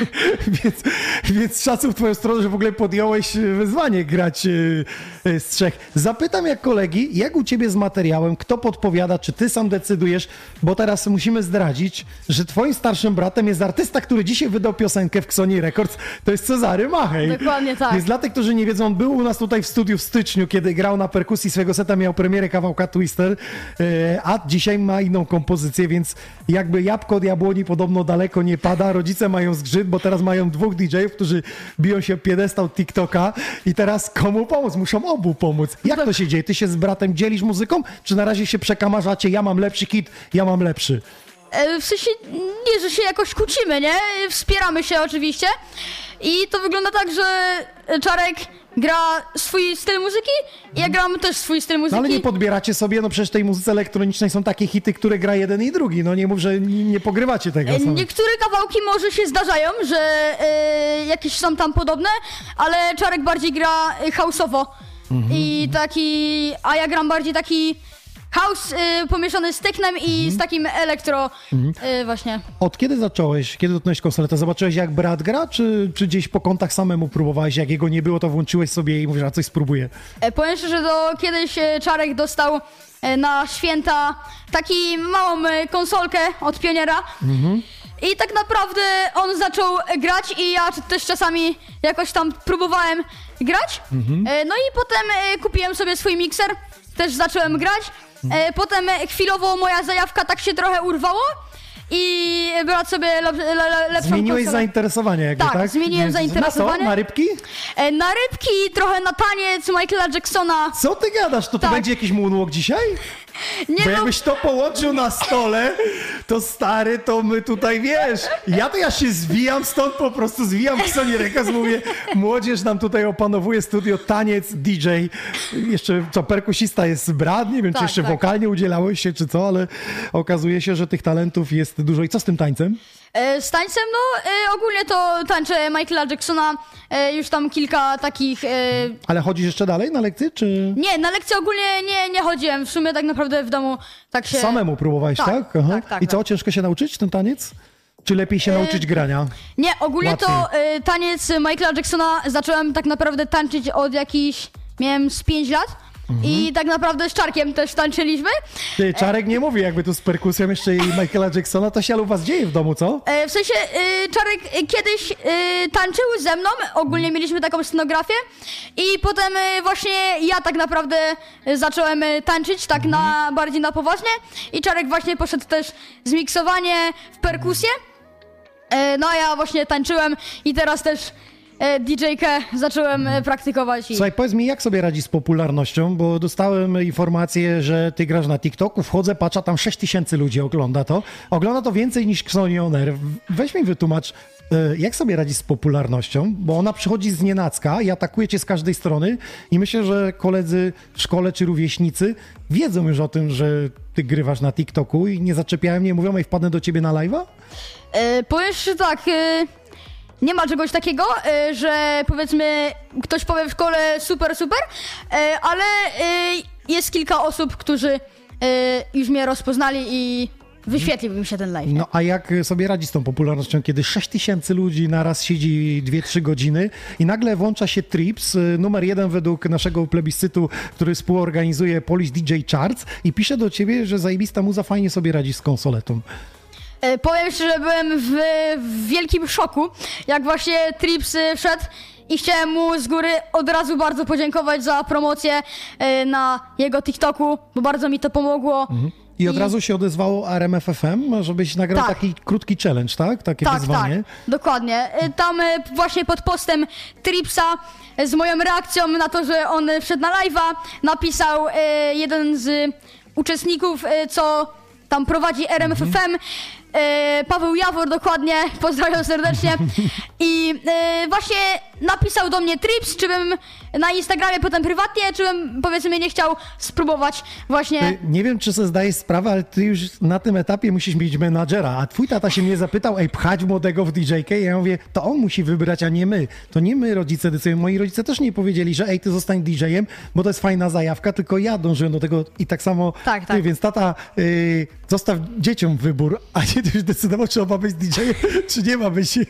więc szacun w twoją stronę, że w ogóle podjąłeś wyzwanie grać z 3. Zapytam jak kolegi, jak u ciebie z materiałem, kto podpowiada, czy ty sam decydujesz, bo teraz musimy zdradzić, że twoim starszym bratem jest artysta, który dzisiaj wydał piosenkę w Xoni Records, to jest Cezary Machej. Dokładnie tak. Więc dla tych, którzy nie wiedzą, on był u nas tutaj w studiu w styczniu, kiedy grał na perkusji swojego seta, miał premierę kawałka Twister, a dzisiaj ma inną kompozycję, więc jakby jabłko od jabłoni podobno daleko nie pada. Rodzice mają zgrzyt, bo teraz mają 2 DJ-ów, którzy biją się o piedestał TikToka i teraz komu pomóc? Muszą obu pomóc. Jak to się dzieje? Ty się z bratem dzielisz muzyką, czy na razie się przekamarzacie, ja mam lepszy hit, ja mam lepszy? W sensie nie, że się jakoś kłócimy, nie? Wspieramy się oczywiście. I to wygląda tak, że Czarek gra swój styl muzyki i ja gram też swój styl muzyki. No ale nie podbieracie sobie, no przecież w tej muzyce elektronicznej są takie hity, które gra jeden i drugi. No nie mów, że nie pogrywacie tego samego. Niektóre kawałki może się zdarzają, że jakieś są tam podobne, ale Czarek bardziej gra house'owo. I taki, a ja gram bardziej taki house pomieszany z technem i z takim elektro właśnie. Od kiedy zacząłeś? Kiedy dotknąłeś konsolę? Zobaczyłeś jak brat gra, czy gdzieś po kątach samemu próbowałeś? Jak jego nie było, to włączyłeś sobie i mówisz, a coś spróbuję? Powiem szczerze, że kiedyś Czarek dostał na święta taką małą konsolkę od Pioniera. I tak naprawdę on zaczął grać i ja też czasami jakoś tam próbowałem grać. No i potem kupiłem sobie swój mikser, też zacząłem grać. Potem chwilowo moja zajawka tak się trochę urwała i brać sobie lepszą Zmieniłeś konsolę. zainteresowanie jakby, tak? Tak, zmieniłem zainteresowanie. Na co? Na rybki? Na rybki, trochę na taniec Michaela Jacksona. Co ty gadasz? To Tak. będzie jakiś moonwalk dzisiaj? Nie Bo no, jakbyś to połączył na stole, to stary, to my tutaj, wiesz, ja się zwijam stąd, po prostu zwijam w Sony Records, mówię, młodzież nam tutaj opanowuje studio, taniec, DJ, jeszcze co, perkusista jest brat, nie wiem, czy Tak, jeszcze tak. wokalnie udzielałeś się, czy co, ale okazuje się, że tych talentów jest dużo. I co z tym tańcem? z tańcem, no ogólnie to tańczę Michaela Jacksona, już tam kilka takich... Ale chodzisz jeszcze dalej na lekcje, czy Nie, na lekcje ogólnie nie chodziłem, w sumie tak naprawdę w domu tak się... samemu próbowałeś, Tak, tak? Aha. tak, I co, tak. ciężko się nauczyć ten taniec? Czy lepiej się nauczyć grania? Nie, ogólnie to Łatwiej. taniec Michaela Jacksona zacząłem tak naprawdę tańczyć od jakichś, miałem z 5 lat i tak naprawdę z Czarkiem też tańczyliśmy. Ty, Czarek nie mówi jakby tu z perkusją jeszcze i Michaela Jacksona, to się ale u was dzieje w domu, co? W sensie Czarek kiedyś tańczył ze mną, ogólnie mieliśmy taką scenografię i potem właśnie ja tak naprawdę zacząłem tańczyć tak bardziej na poważnie i Czarek właśnie poszedł też zmiksowanie w perkusję. No a ja właśnie tańczyłem i teraz też DJ-kę zacząłem praktykować. Słuchaj, powiedz mi, jak sobie radzi z popularnością, bo dostałem informację, że ty grasz na TikToku, wchodzę, patrzę, tam 6000 ludzi ogląda to. Ogląda to więcej niż Xoni On Air. Weź mi wytłumacz, jak sobie radzi z popularnością, bo ona przychodzi z nienacka i atakuje cię z każdej strony i myślę, że koledzy w szkole czy rówieśnicy wiedzą już o tym, że ty grywasz na TikToku i nie zaczepiają, nie mówią, ej, wpadnę do ciebie na live'a? Powiem, że tak, nie ma czegoś takiego, że powiedzmy ktoś powie w szkole super, ale jest kilka osób, którzy już mnie rozpoznali i wyświetlił mi się ten live. No a jak sobie radzi z tą popularnością, kiedy 6000 ludzi naraz siedzi 2-3 godziny i nagle włącza się Trips, numer 1 według naszego plebiscytu, który współorganizuje Polish DJ Charts i pisze do ciebie, że zajebista muza, fajnie sobie radzi z konsoletą. Powiem szczerze, byłem w wielkim szoku, jak właśnie Trips wszedł i chciałem mu z góry od razu bardzo podziękować za promocję na jego TikToku, bo bardzo mi to pomogło. I od razu się odezwało RMF FM, żebyś nagrał Tak. taki krótki challenge, tak? Takie wyzwanie. Tak, dokładnie. Tam właśnie pod postem Tripsa z moją reakcją na to, że on wszedł na live'a, napisał jeden z uczestników, co tam prowadzi RMF FM, Paweł Jawor dokładnie, pozdrawiam serdecznie i właśnie napisał do mnie Trips, czy bym na Instagramie potem prywatnie, czy bym powiedzmy nie chciał spróbować właśnie... Nie wiem, czy sobie zdajesz sprawę, ale ty już na tym etapie musisz mieć menadżera, a twój tata się mnie zapytał, ej, pchać młodego w DJ-kę? Ja mówię, to on musi wybrać, a nie my. To nie my rodzice decydujemy. Moi rodzice też nie powiedzieli, że ej, ty zostań DJ-em, bo to jest fajna zajawka, tylko ja dążyłem do tego i tak samo Tak, ty, tak. więc tata, zostaw dzieciom wybór, a nie ty już decydował, czy on ma być DJ-em, czy nie ma być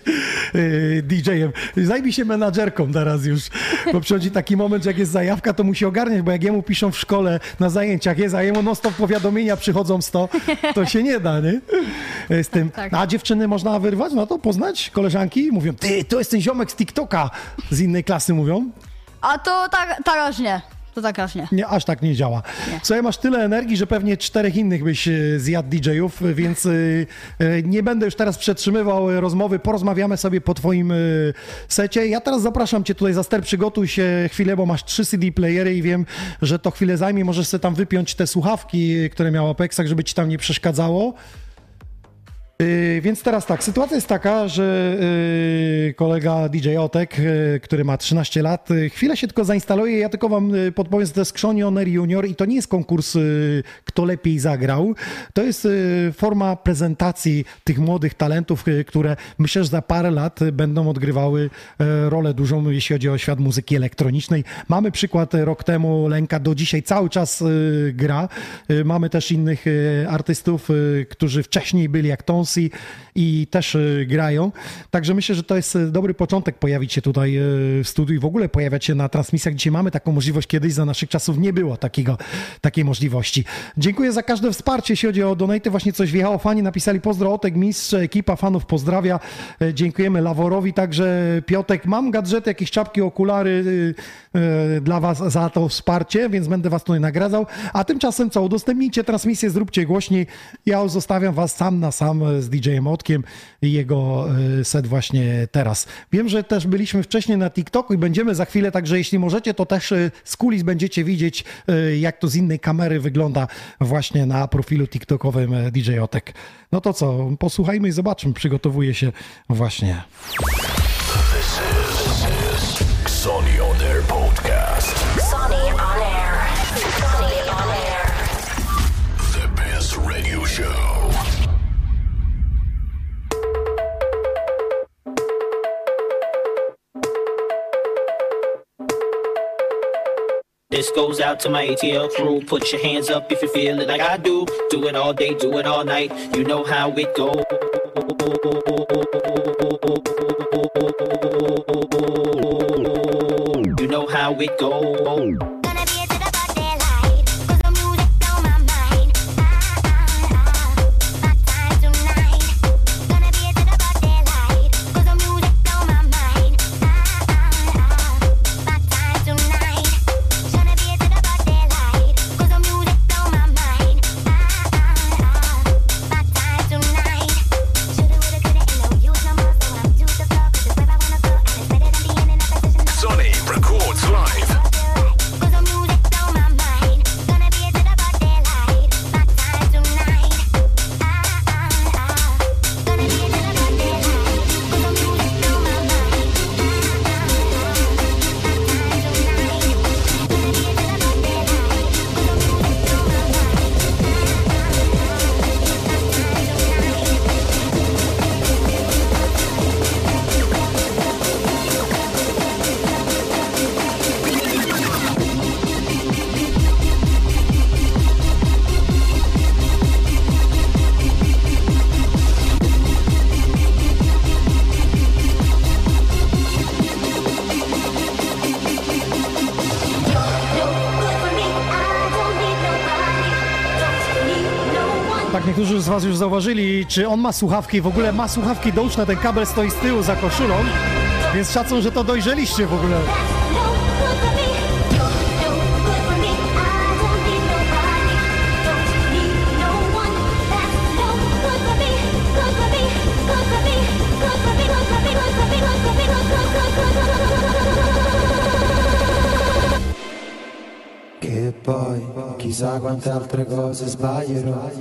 DJ-em. Zajmij się menadżerką teraz już, bo przychodzi taki moment, że jak jest zajawka, to musi ogarniać, bo jak jemu piszą w szkole na zajęciach, a jemu non-stop powiadomienia przychodzą 100, to się nie da, nie? Z tym. Tak. A dziewczyny można wyrwać, no to poznać koleżanki? Mówią, ty, to jest ten ziomek z TikToka, z innej klasy mówią. A to tak aż nie. To tak aż nie. Nie, aż tak nie działa. Słuchaj, masz tyle energii, że pewnie 4 innych byś zjadł DJ-ów, więc nie będę już teraz przetrzymywał rozmowy, porozmawiamy sobie po twoim secie. Ja teraz zapraszam cię tutaj za ster, przygotuj się chwilę, bo masz 3 CD playery i wiem, że to chwilę zajmie, możesz sobie tam wypiąć te słuchawki, które miał Apexach, żeby ci tam nie przeszkadzało. Więc teraz tak, sytuacja jest taka, że kolega DJ Otek, który ma 13 lat, chwilę się tylko zainstaluje, ja tylko wam podpowiem, że to jest Xoni On Air Junior i to nie jest konkurs, kto lepiej zagrał, to jest forma prezentacji tych młodych talentów, które myślę, że za parę lat będą odgrywały rolę dużą, jeśli chodzi o świat muzyki elektronicznej. Mamy przykład rok temu, Lenka do dzisiaj cały czas gra, mamy też innych artystów, którzy wcześniej byli jak Tons i też grają. Także myślę, że to jest dobry początek pojawić się tutaj w studiu i w ogóle pojawiać się na transmisjach. Dzisiaj mamy taką możliwość, kiedyś za naszych czasów nie było takiej możliwości. Dziękuję za każde wsparcie, jeśli chodzi o donaty. Właśnie coś wjechało, fani napisali pozdro, Otek, mistrz, ekipa fanów pozdrawia. Dziękujemy Laworowi, także Piotek. Mam gadżety, jakieś czapki, okulary dla was za to wsparcie, więc będę was tutaj nagradzał. A tymczasem co, udostępnijcie transmisję, zróbcie głośniej. Ja zostawiam was sam na sam z DJ-em Otkiem i jego set właśnie teraz. Wiem, że też byliśmy wcześniej na TikToku i będziemy za chwilę, także jeśli możecie, to też z kulis będziecie widzieć, jak to z innej kamery wygląda właśnie na profilu TikTokowym DJ Otek. No to co, posłuchajmy i zobaczmy, przygotowuje się właśnie. This is Sonny on Air podcast. Sonny on Air. Sonny on Air. The best radio show. This goes out to my ATL crew. Put your hands up if you feel it like I do. Do it all day, do it all night. You know how it goes. You know how it goes. Sonny records live. Tak, niektórzy z was już zauważyli, czy on ma słuchawki, w ogóle ma słuchawki douszne, ten kabel stoi z tyłu za koszulą, więc szacun, że to dojrzeliście w ogóle. Che poi chissà quante altre cose sbaglierò.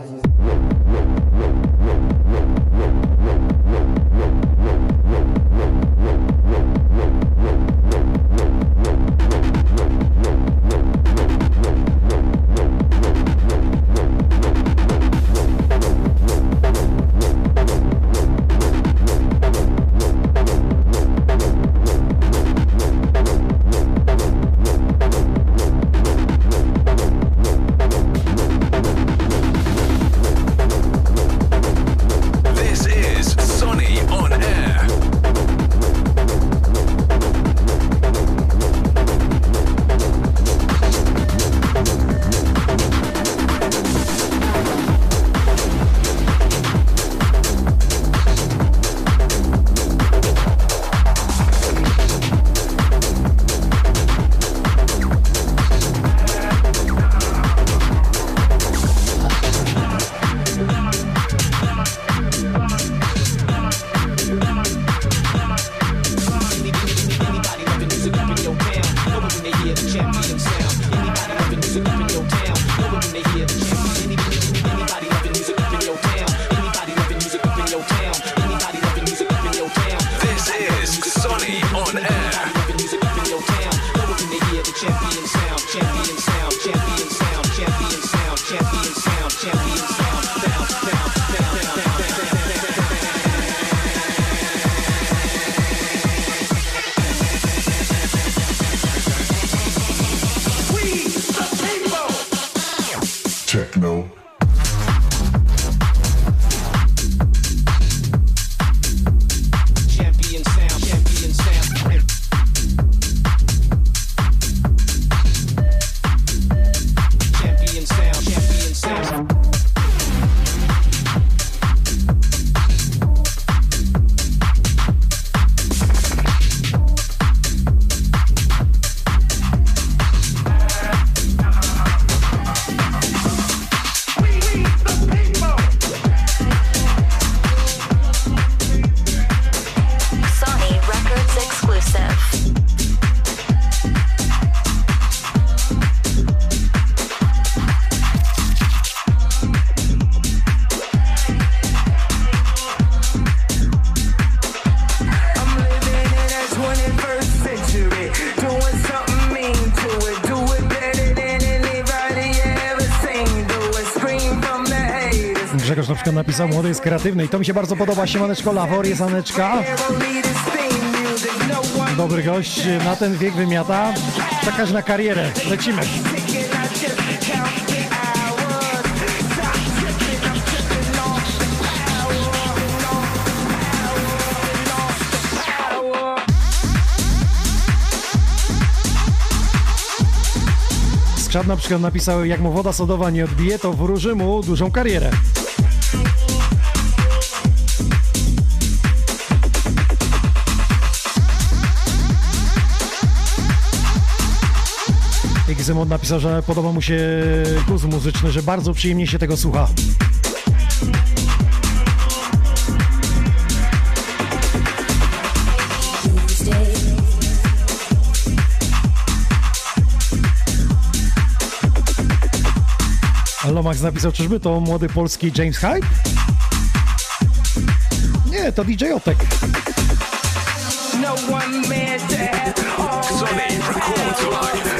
Techno. Champion sound. Grzegorz na przykład napisał, młody jest kreatywny i to mi się bardzo podoba. Siemaneczko, Lawor, jest Aneczka. Dobry gość, na ten wiek wymiata. Czekać na karierę, lecimy. Skrzat na przykład napisał, jak mu woda sodowa nie odbije, to wróży mu dużą karierę. Xemon napisał, że podoba mu się guz muzyczny, że bardzo przyjemnie się tego słucha. Lomax napisał, czyżby to młody polski James Hype? Nie, to DJ Otek. Sony Records Live.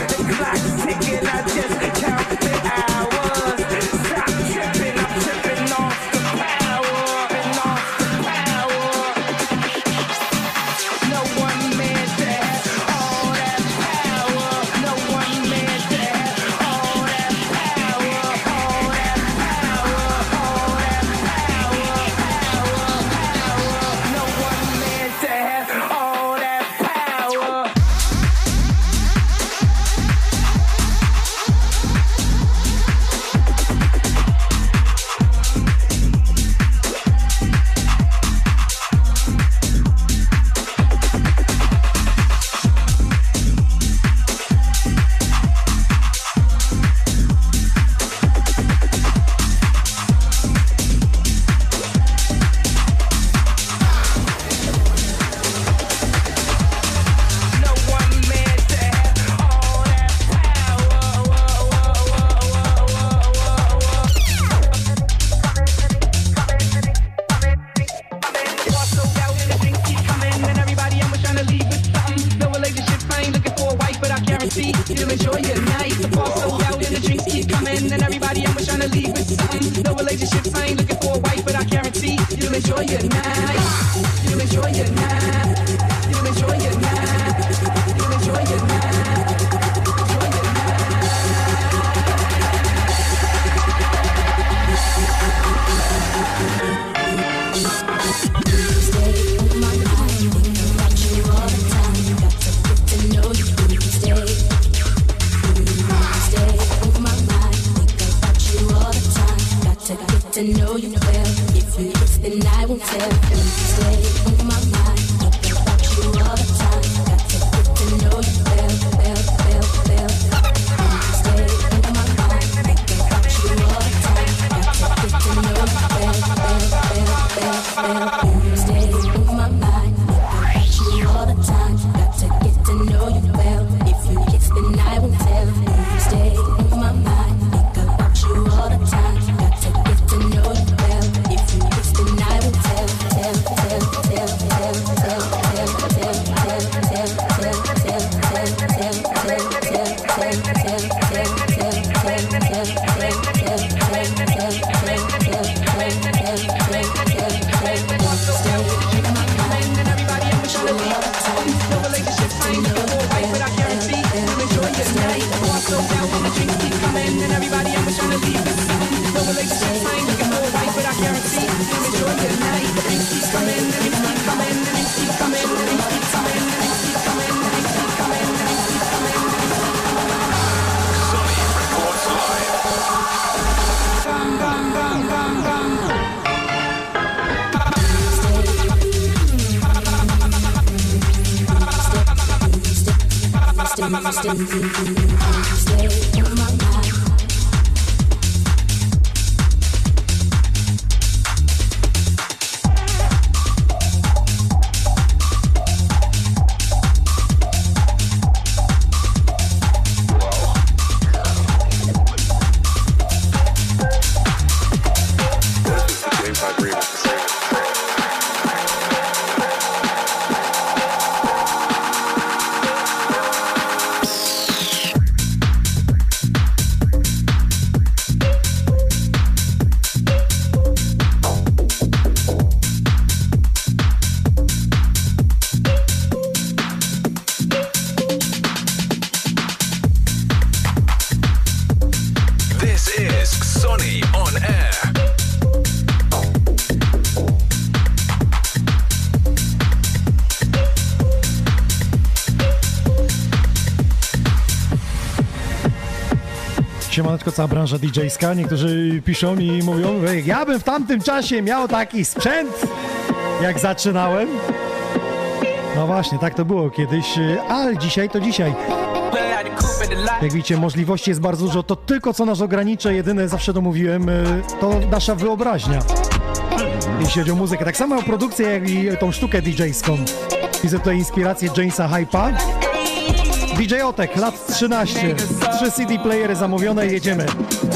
Siemaneczko, cała branża DJ-ska. Niektórzy piszą i mówią, ja bym w tamtym czasie miał taki sprzęt, jak zaczynałem. No właśnie, tak to było kiedyś, ale dzisiaj to dzisiaj. Jak widzicie, możliwości jest bardzo dużo. To tylko co nas ogranicza, jedyne, zawsze to mówiłem, to nasza wyobraźnia. Jeśli chodzi o muzykę. Tak samo o produkcję, jak i tą sztukę DJ-ską. Widzę tutaj inspirację Jamesa Hype'a. DJ Otek, lat 13. 3 CD playery zamówione i jedziemy.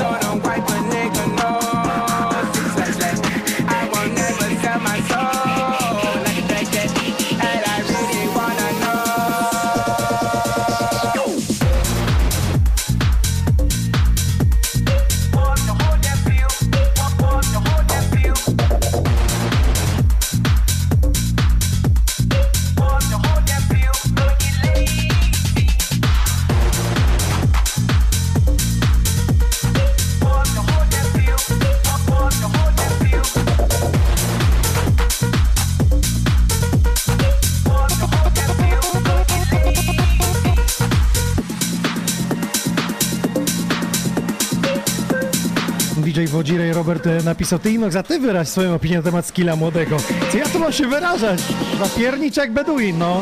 DJ Wodzira i Robert napisał, ty Inox, a ty wyraź swoją opinię na temat skilla młodego. Co ja tu mam się wyrażać? Zapiernicz jak Beduin, no.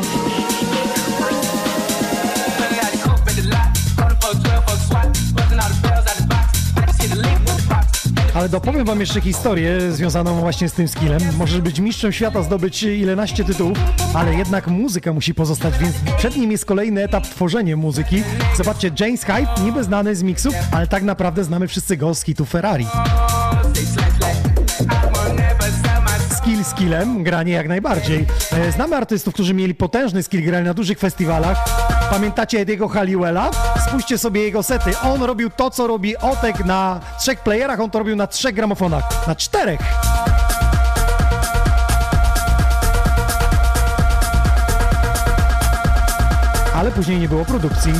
Ale dopowiem wam jeszcze historię związaną właśnie z tym skillem. Możesz być mistrzem świata, zdobyć ilenaście tytułów, ale jednak muzyka musi pozostać, więc przed nim jest kolejny etap tworzenia muzyki. Zobaczcie, James Hype, niby znany z miksów, ale tak naprawdę znamy wszyscy go z hitu Ferrari. Skill skillem, granie jak najbardziej. Znamy artystów, którzy mieli potężny skill, grali na dużych festiwalach. Pamiętacie Ediego Halliwella? Spójrzcie sobie jego sety. On robił to, co robi Otek na 3 playerach, on to robił na 3 gramofonach. Na 4! Ale później nie było produkcji.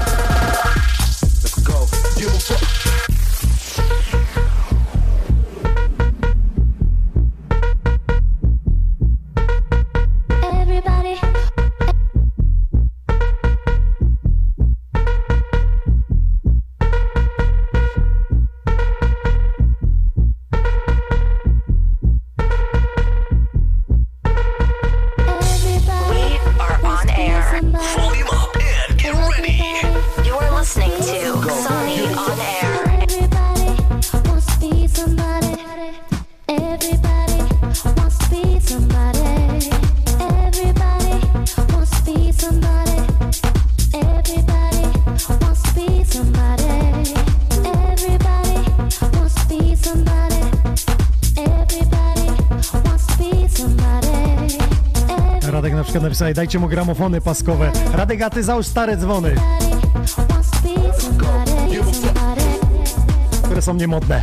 Radek na przykład napisał, dajcie mu gramofony paskowe. Radek, a ty załóż stare dzwony, które są niemodne.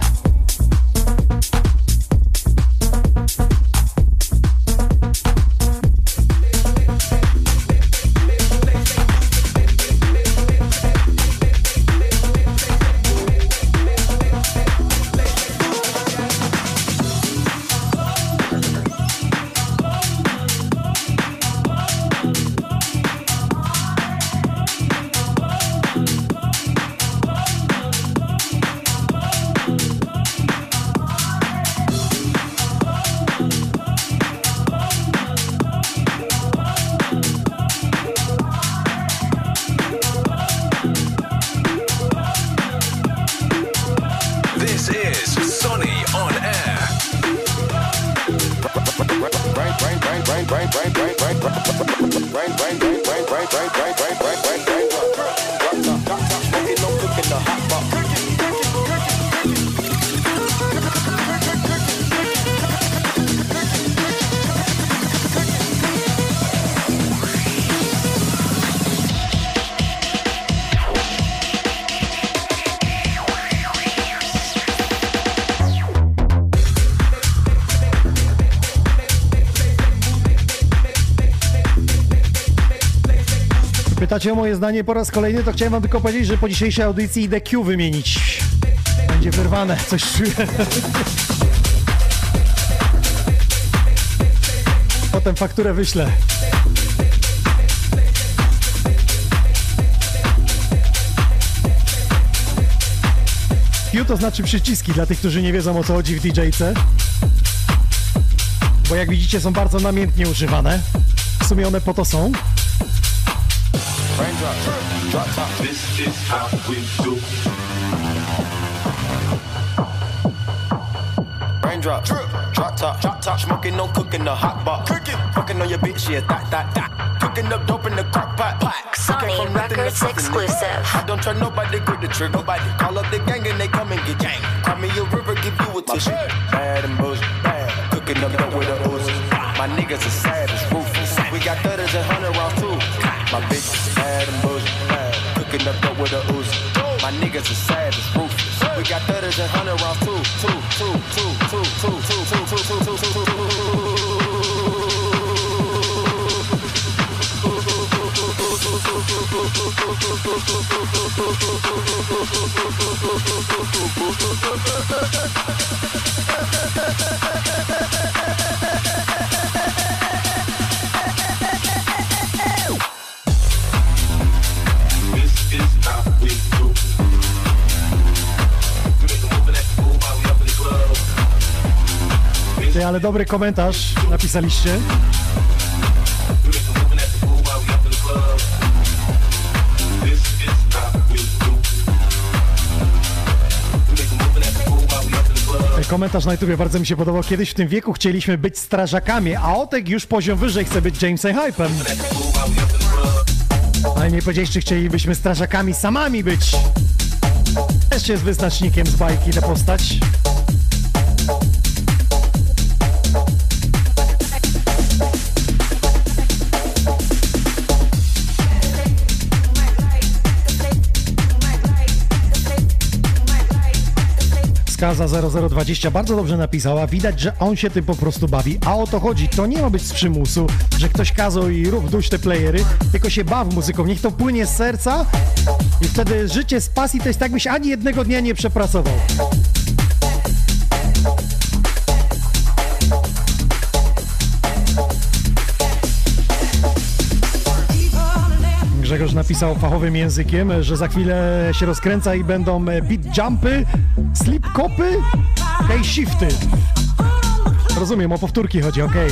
Pytacie o moje zdanie po raz kolejny, to chciałem wam tylko powiedzieć, że po dzisiejszej audycji idę Q wymienić. Będzie wyrwane, coś czuję. Potem fakturę wyślę. W to znaczy przyciski, dla tych, którzy nie wiedzą, o co chodzi w DJ-ce. Bo jak widzicie, są bardzo namiętnie używane. W sumie one po to są. Raindrop, drop top, smoking, no cooking, the hot pot. Fucking on your bitch, yeah, that. Cooking up dope in the crock pot. Sony Records exclusive. I don't try nobody, grip the trigger. Nobody call up the gang and they come and get gang. Call me a river, give you a tissue. Bad and bullshit, bad. Cooking up dope with a Uzi. My niggas are savage, ruthless. We got 30s and 100 rounds too. My bitch is bad and bullshit, bad. Cooking up dope with a Uzi. My niggas are savage, ruthless. We got 30s and 100 rounds too. Ty, ale dobry komentarz napisaliście. Komentarz na YouTubie bardzo mi się podobał. Kiedyś w tym wieku chcieliśmy być strażakami, a Otek już poziom wyżej chce być Jamesem Hypem. Ale nie powiedziałeś, czy chcielibyśmy strażakami samami być. Też jest wyznacznikiem z bajki ta postać. Skaza 0020 bardzo dobrze napisała, widać, że on się tym po prostu bawi, a o to chodzi, to nie ma być z przymusu, że ktoś kazał i rób duś te playery, tylko się baw muzyką, niech to płynie z serca i wtedy życie z pasji to jest tak, byś ani jednego dnia nie przepracował. Grzegorz napisał fachowym językiem, że za chwilę się rozkręca i będą beat jumpy, slip kopy, hej shifty. Rozumiem, o powtórki chodzi, okej.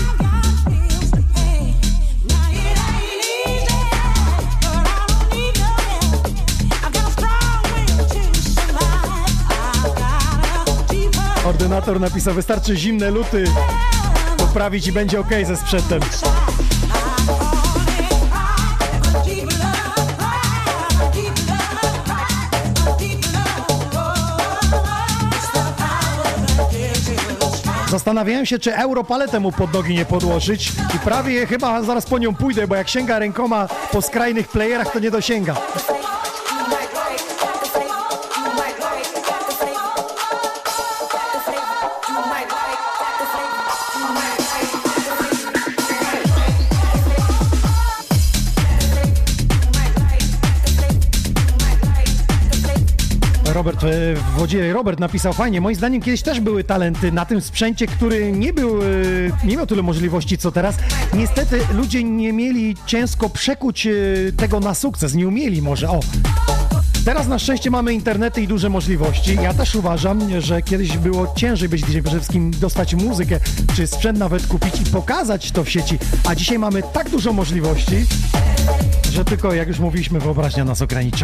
Ordynator napisał, wystarczy zimne luty poprawić i będzie okej ze sprzętem. Zastanawiałem się, czy Europaletę mu pod nogi nie podłożyć i prawie chyba zaraz po nią pójdę, bo jak sięga rękoma po skrajnych playerach, to nie dosięga. Robert napisał fajnie, moim zdaniem kiedyś też były talenty na tym sprzęcie, który nie miał tyle możliwości co teraz. Niestety ludzie nie mieli ciężko przekuć tego na sukces, nie umieli może, o. Teraz na szczęście mamy internety i duże możliwości. Ja też uważam, że kiedyś było ciężej być DJ, przede wszystkim dostać muzykę, czy sprzęt nawet kupić i pokazać to w sieci, a dzisiaj mamy tak dużo możliwości, że tylko, jak już mówiliśmy, wyobraźnia nas ogranicza.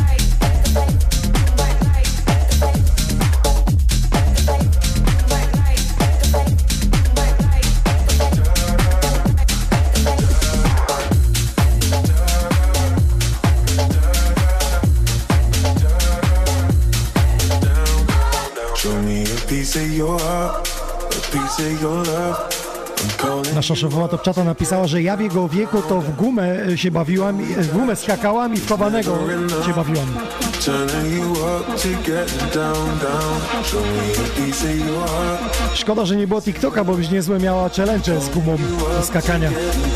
Nasza szefowa Topczata napisała, że ja w jego wieku to w gumę się bawiłam, w gumę skakałam i w chowanego się bawiłam. Szkoda, że nie było TikToka, bo byś niezłe miała challenge z gumą do skakania.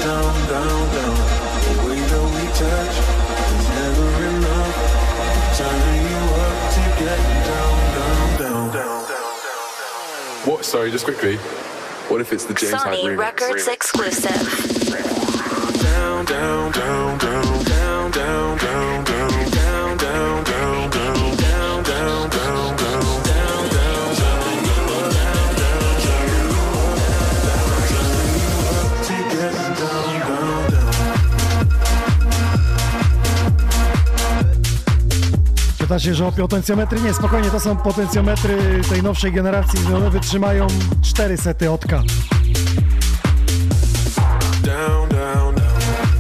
What? Sorry, just quickly. What if it's the James Hype Sony remix? Records exclusive. Down, down, down, down, down, down, down, down, down, down, down, down, down, down, down, down. Pytacie, że o potencjometry? Nie, spokojnie, to są potencjometry tej nowszej generacji, że one wytrzymają 4 sety otka. Down, down, down.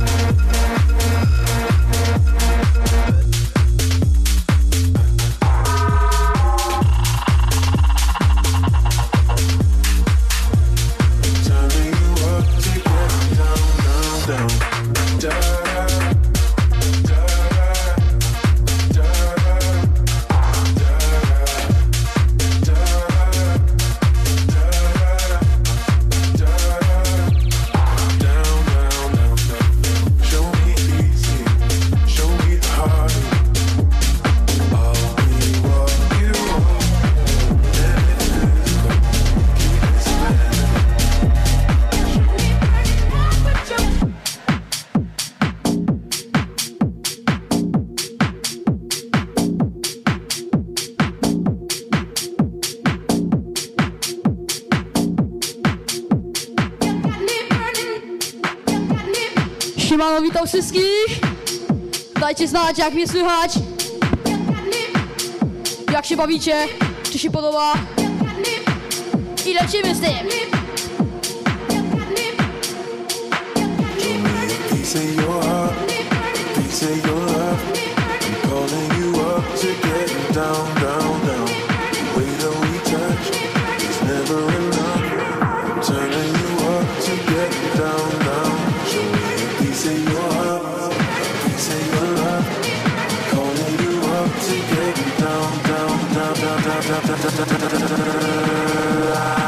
Siemano, witam wszystkich. Dajcie znać, jak mnie słychać. Jak się bawicie, czy się podoba. I lecimy z tym. Piece of your heart, piece of your love. I'm calling you up to get down, down, down. The way that we touch is never enough. I'm turning you up to get down, down. Show me a piece of your heart, a piece of your love. I'm calling you up to get down, down, down, down, down, down, down, down, down.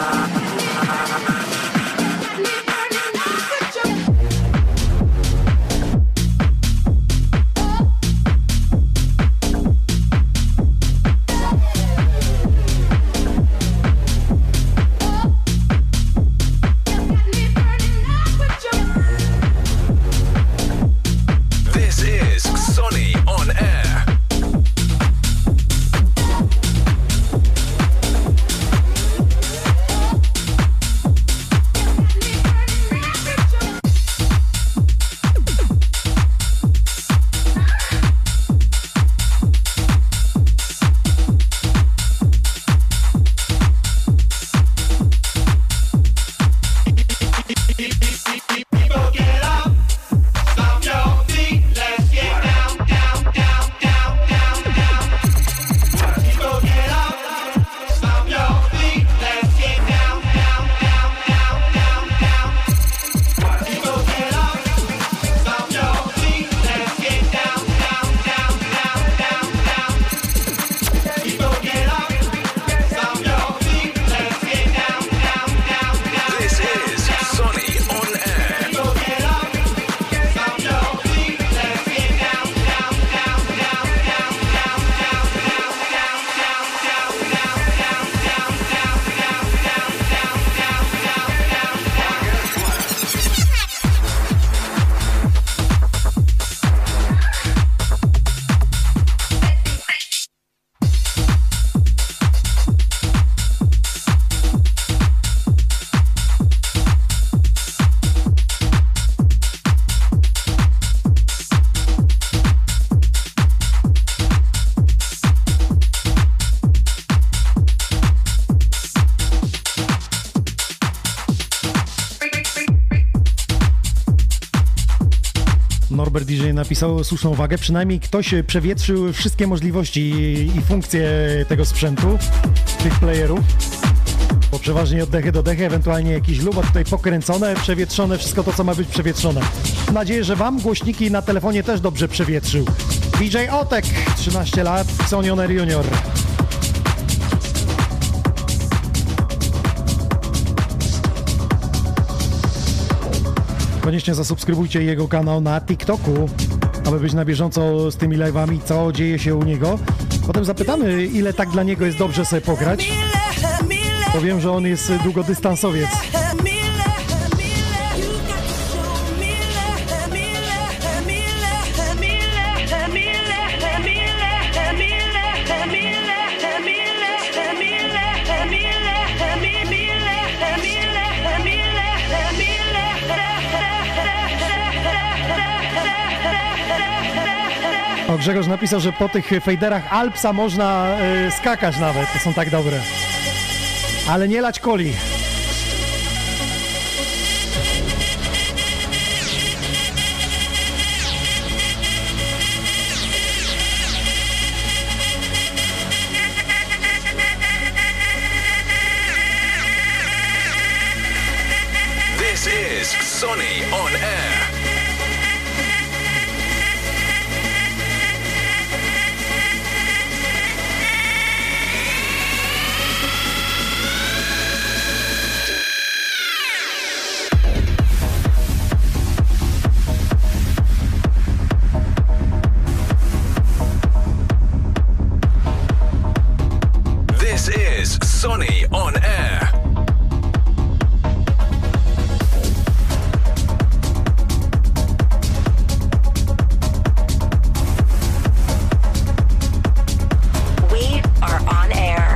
Norbert DJ napisał słuszną uwagę, przynajmniej ktoś przewietrzył wszystkie możliwości i funkcje tego sprzętu, tych playerów, bo przeważnie od dechy do dechy, ewentualnie jakieś luba tutaj pokręcone, przewietrzone, wszystko to, co ma być przewietrzone. Mam nadzieję, że wam głośniki na telefonie też dobrze przewietrzył. DJ Otek, 13 lat, Sonioner Junior. Koniecznie zasubskrybujcie jego kanał na TikToku, aby być na bieżąco z tymi live'ami, co dzieje się u niego. Potem zapytamy, ile tak dla niego jest dobrze sobie pograć. Powiem, że on jest długodystansowiec. O, Grzegorz napisał, że po tych fejderach Alpsa można skakać nawet, to są tak dobre. Ale nie lać coli. This is Sonny on Air. This is Sonny on Air. We are on air.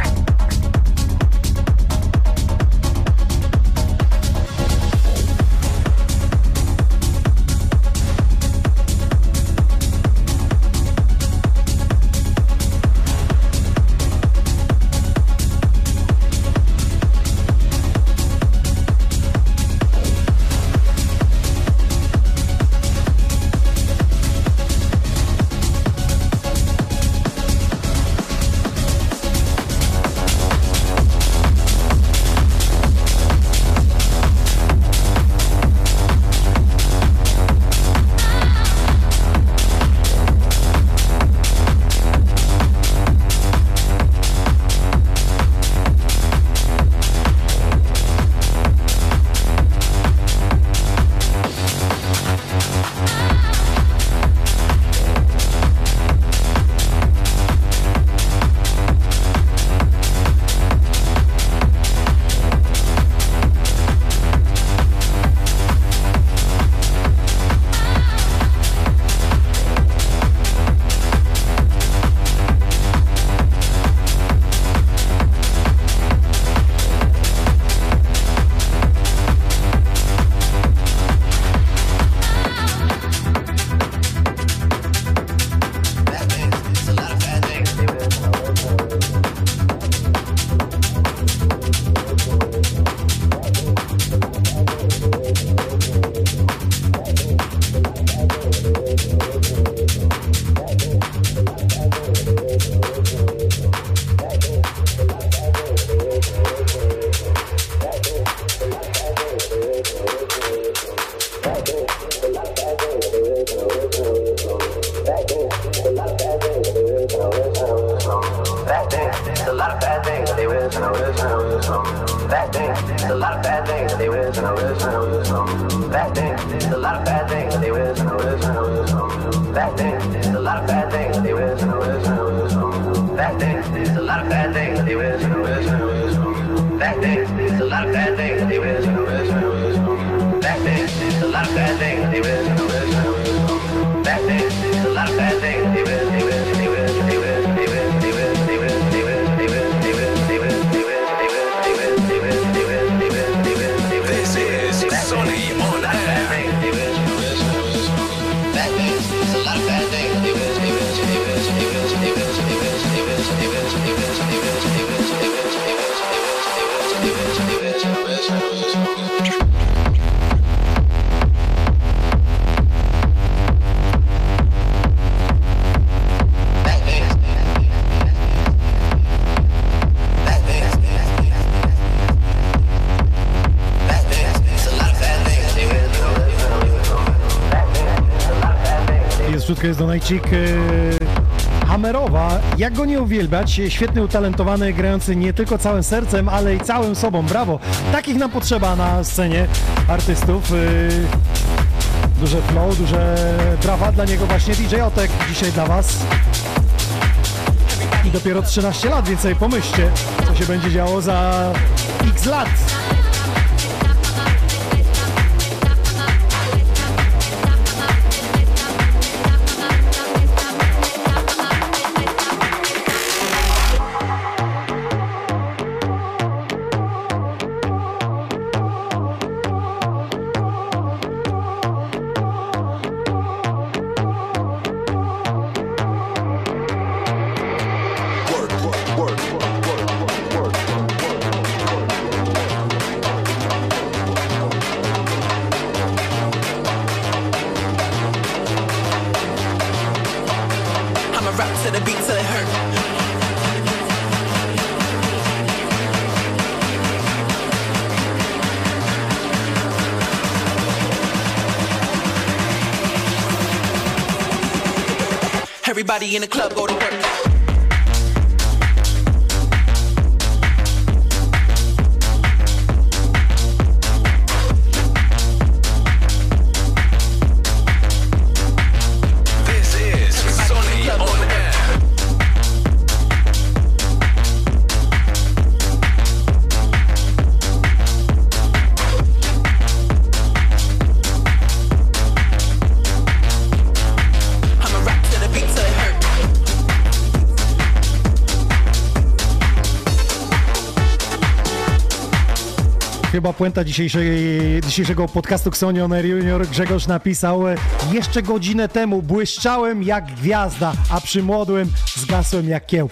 Jest donajcik Hamerowa. Jak go nie uwielbiać? Świetny, utalentowany, grający nie tylko całym sercem, ale i całym sobą. Brawo! Takich nam potrzeba na scenie artystów. Duże flow, duże brawa dla niego właśnie. DJ Otek dzisiaj dla Was. I dopiero 13 lat, więc sobie pomyślcie, co się będzie działo za x lat. rap to the beat till it hurt. Everybody in the club go to work. Chyba puenta dzisiejszego podcastu Xoni On Air Junior. Grzegorz napisał: jeszcze godzinę temu błyszczałem jak gwiazda, a przy młodym zgasłem jak kieł.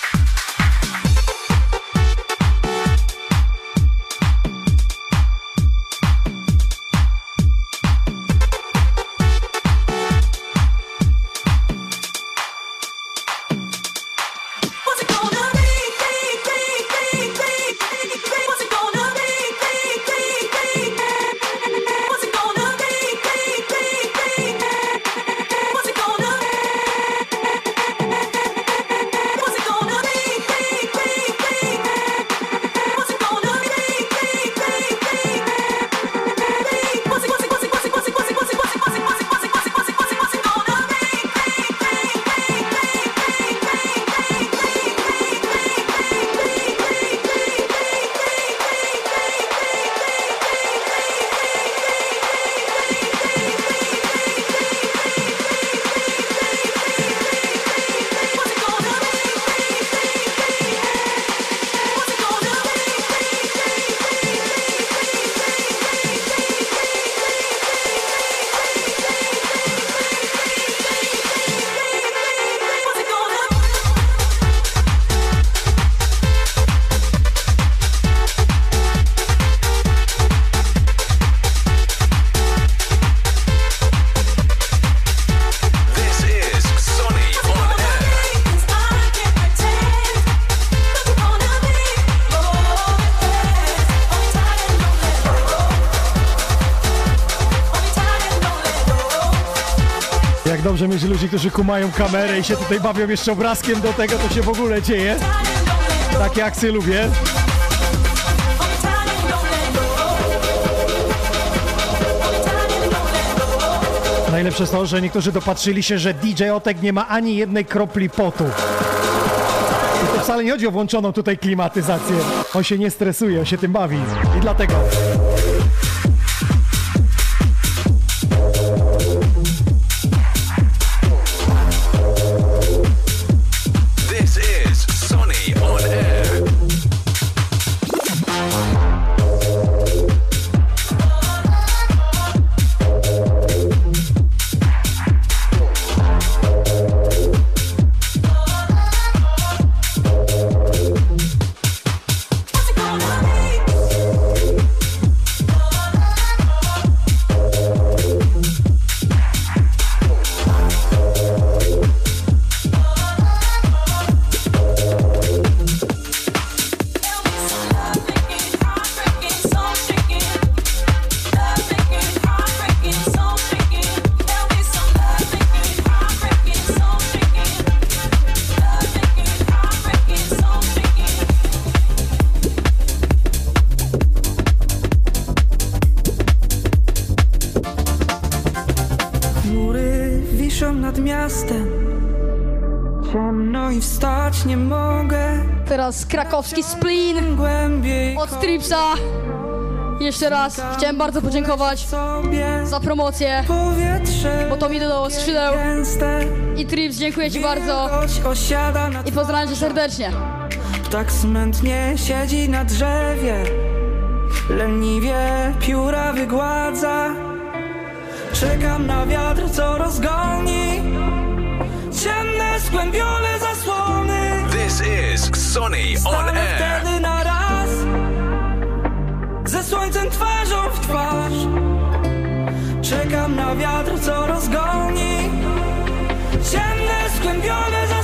Dobrze mieć ludzi, którzy kumają kamerę i się tutaj bawią jeszcze obrazkiem do tego, to się w ogóle dzieje. Takie akcje lubię. Najlepsze jest to, że niektórzy dopatrzyli się, że DJ Otek nie ma ani jednej kropli potu. I to wcale nie chodzi o włączoną tutaj klimatyzację. On się nie stresuje, on się tym bawi. I dlatego... Teraz krakowski splin od Tripsa. Jeszcze raz chciałem bardzo podziękować za promocję, bo to mi dodało skrzydeł. I Trips, dziękuję Ci bardzo i pozdrawiam Cię serdecznie. Tak smętnie siedzi na drzewie, leniwie pióra wygładza. Czekam na wiatr, co rozgoni ciemne, skłębione zasłony. This is Xoni On Air. Wtedy na raz ze słońcem twarzą w twarz. Czekam na wiatr, co rozgoni ciemne, skłębione zasłony.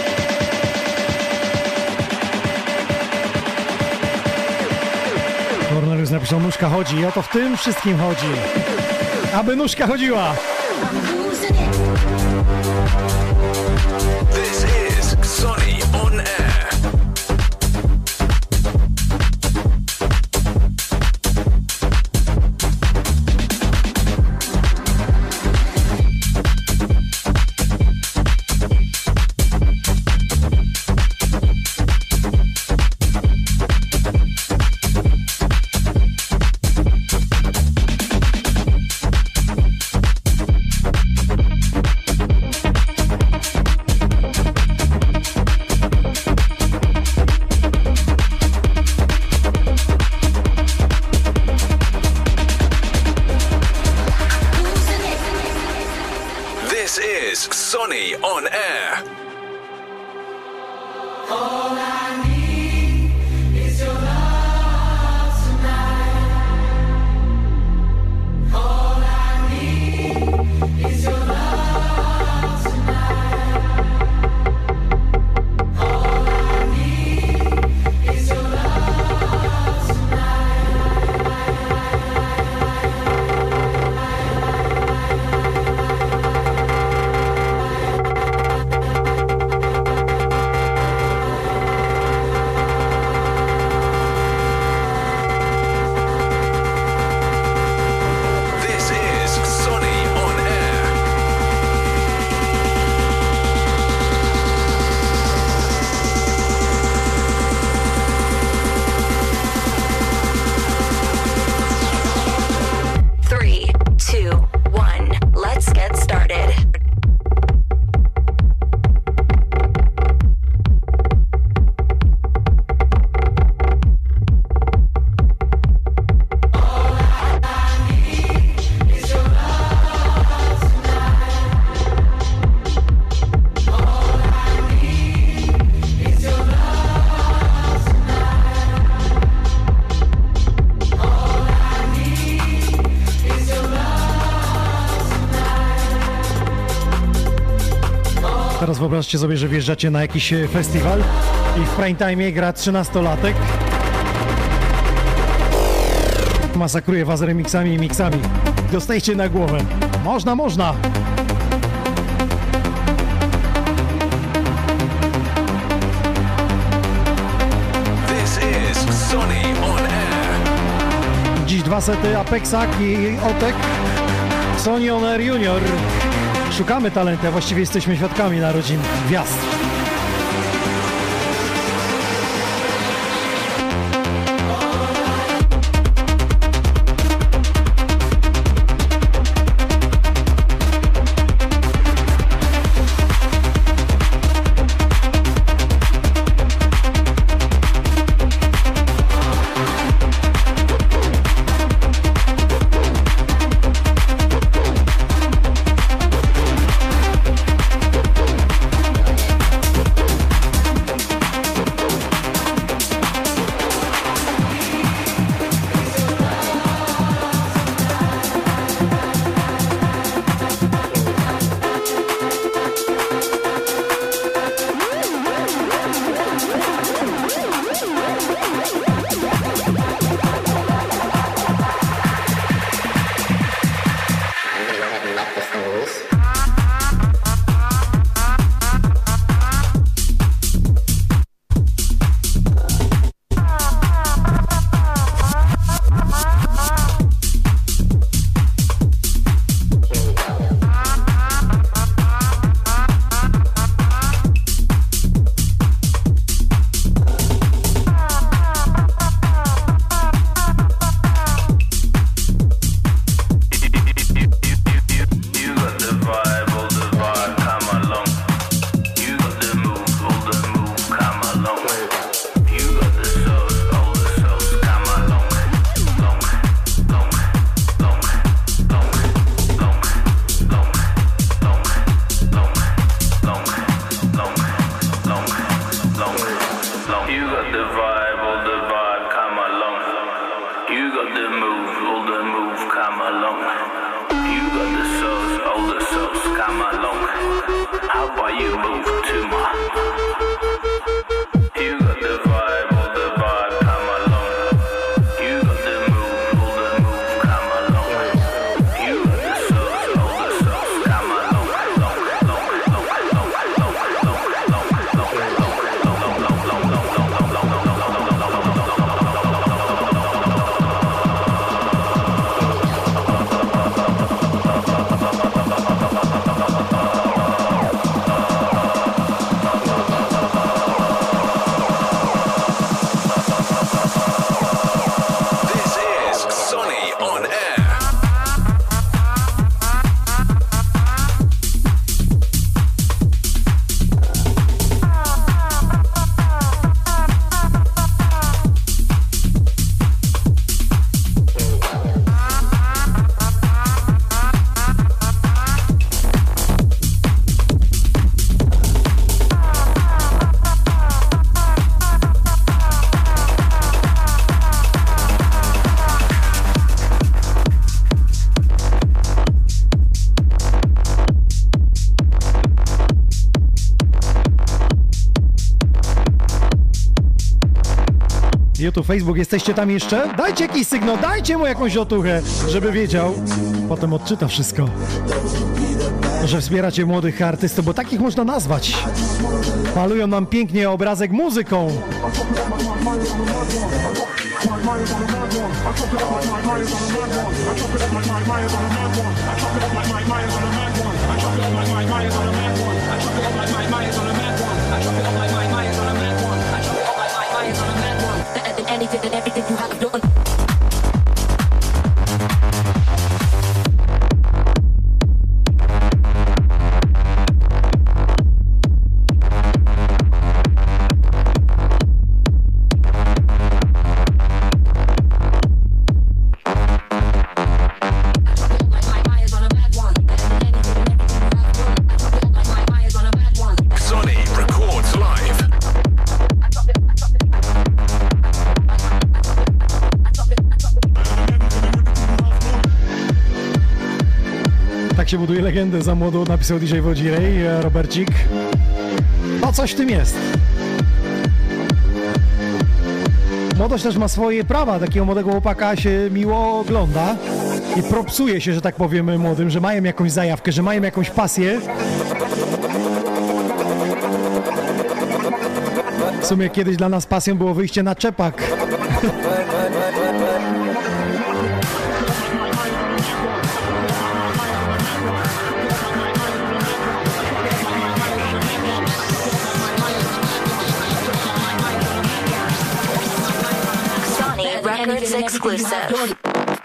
Dobrze, o nóżka chodzi i o to w tym wszystkim chodzi. Aby nóżka chodziła. This is Sonny on Air. Sonny on Air. All I need is your love tonight. All I need is your love tonight. All I need is your love tonight. Teraz wyobraźcie sobie, że wjeżdżacie na jakiś festiwal i w prime time gra 13-latek. Masakruje was remixami i mixami. Dostajcie na głowę. Można, można! This is Sonny on Air. Dziś 2 sety Apexak i Otek. Sonny on Air Junior. Szukamy talentu, a właściwie jesteśmy świadkami narodzin gwiazd. YouTube, Facebook, jesteście tam jeszcze? Dajcie jakiś sygnał, dajcie mu jakąś otuchę, żeby wiedział. Potem odczyta wszystko. Że wspieracie młodych artystów, bo takich można nazwać. Malują nam pięknie obrazek muzyką. Everything you have done. Sonny records live. Tak się buduje legendę za młodu, napisał DJ Wodzirej, Robercik. No coś w tym jest. Młodość też ma swoje prawa, takiego młodego chłopaka się miło ogląda i propsuje się, że tak powiem, młodym, że mają jakąś zajawkę, że mają jakąś pasję. W sumie kiedyś dla nas pasją było wyjście na czepak. Sonny Records exclusive.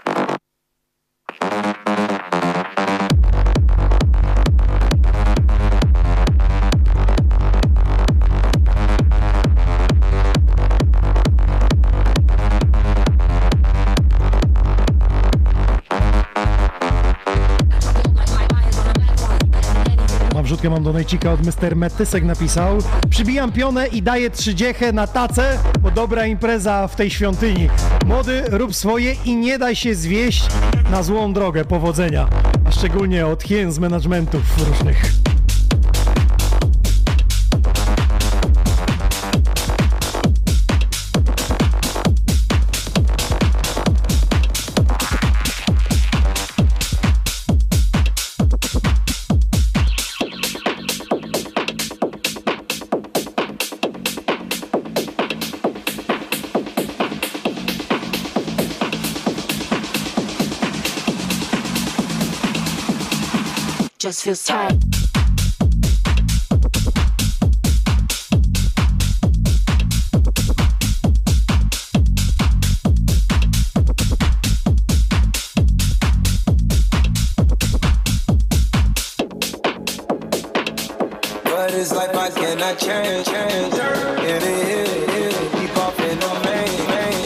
Wrzutkę mam do Nejcika od Mr. Metysek napisał. Przybijam pionę i daję 30 na tacę, bo dobra impreza w tej świątyni. Młody, rób swoje i nie daj się zwieść na złą drogę. Powodzenia. A szczególnie od hien z managementów różnych. Just feels tight. But it's like I cannot change. It is, keep off in the main.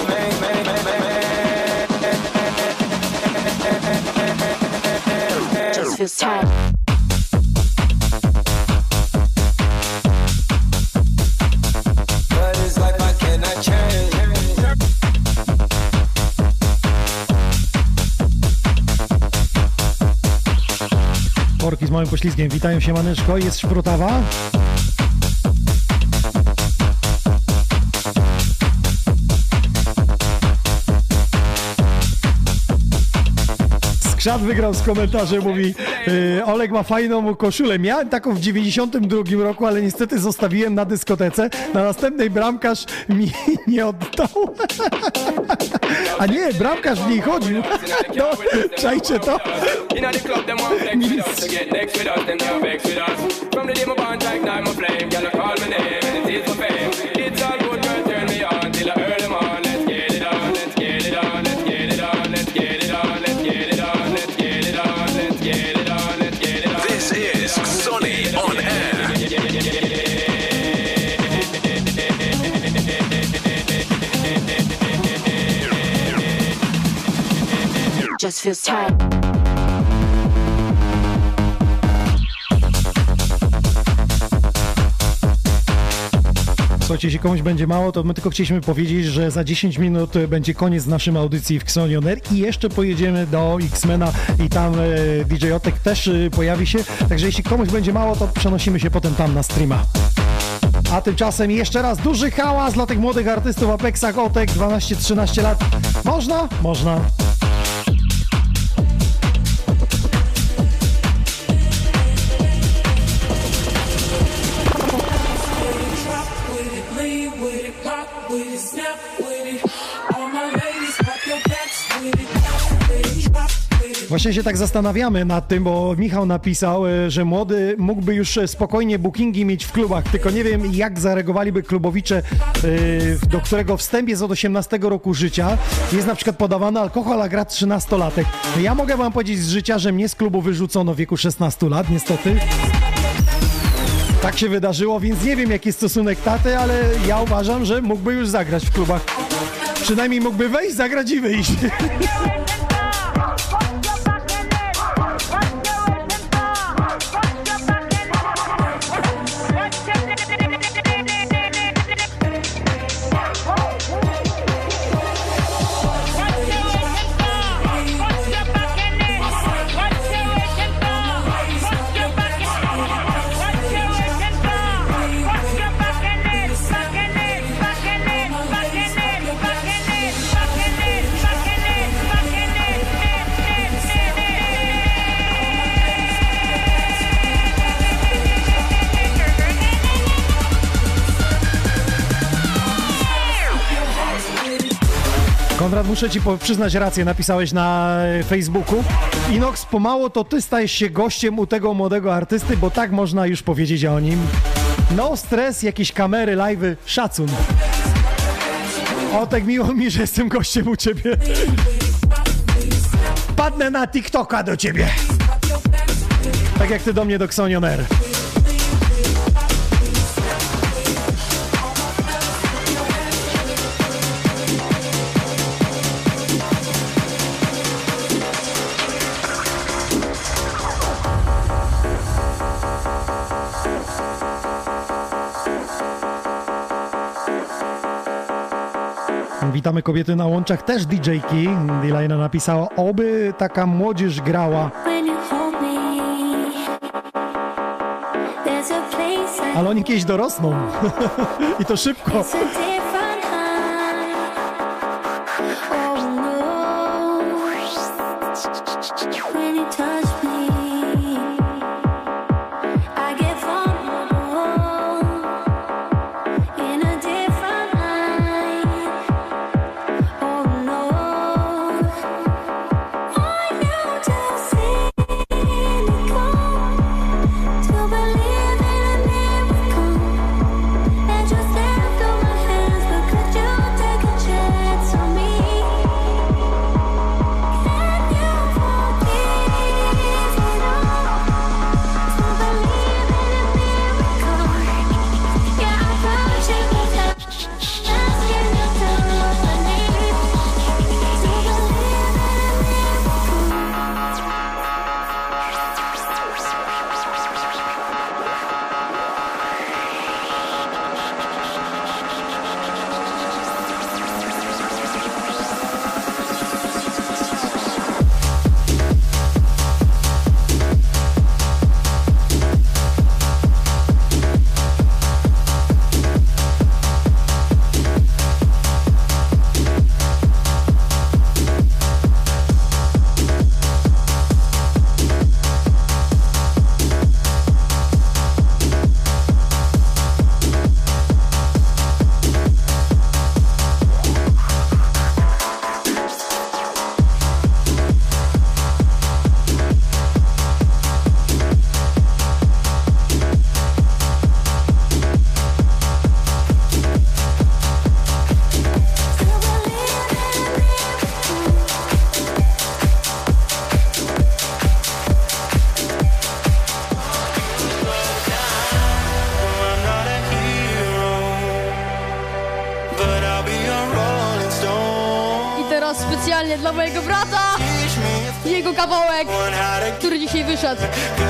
Just feels tight. But it's like I cannot change. Orki z małym poślizgiem. Witają się, Maneczko. Jest szprotawa. Skrzat wygrał z komentarzem, mówi Olek ma fajną koszulę. Miałem taką w 92 roku, ale niestety zostawiłem na dyskotece. Na następnej bramkarz mi nie oddał. A nie, bramkarz w niej chodził. No, czajcie to? Mistrz. This is Sonny on air. Just feels tight. Słuchajcie, jeśli komuś będzie mało, to my tylko chcieliśmy powiedzieć, że za 10 minut będzie koniec naszej audycji w Xonion Air i jeszcze pojedziemy do X-Mena i tam DJ Otek też pojawi się. Także jeśli komuś będzie mało, to przenosimy się potem tam na streama. A tymczasem jeszcze raz duży hałas dla tych młodych artystów w Apexach, Otek, 12-13 lat. Można? Można. Właśnie się tak zastanawiamy nad tym, bo Michał napisał, że młody mógłby już spokojnie bookingi mieć w klubach, tylko nie wiem, jak zareagowaliby klubowicze, do którego wstęp jest od 18 roku życia. Jest na przykład podawany alkohol, a gra 13-latek. Ja mogę wam powiedzieć z życia, że mnie z klubu wyrzucono w wieku 16 lat, niestety. Tak się wydarzyło, więc nie wiem, jaki jest stosunek taty, ale ja uważam, że mógłby już zagrać w klubach. Przynajmniej mógłby wejść, zagrać i wyjść. Konrad, muszę ci przyznać rację, napisałeś na Facebooku. Inox, pomału to ty stajesz się gościem u tego młodego artysty, bo tak można już powiedzieć o nim. No stres, jakieś kamery, live'y, szacun. O, tak miło mi, że jestem gościem u ciebie. Padnę na TikToka do ciebie. Tak jak ty do mnie do Xonion Air. Witamy kobiety na łączach, też DJ-ki. Dilajna napisała, oby taka młodzież grała. Ale oni kiedyś dorosną. I to szybko. Specjalnie dla mojego brata jego kawałek, który dzisiaj wyszedł.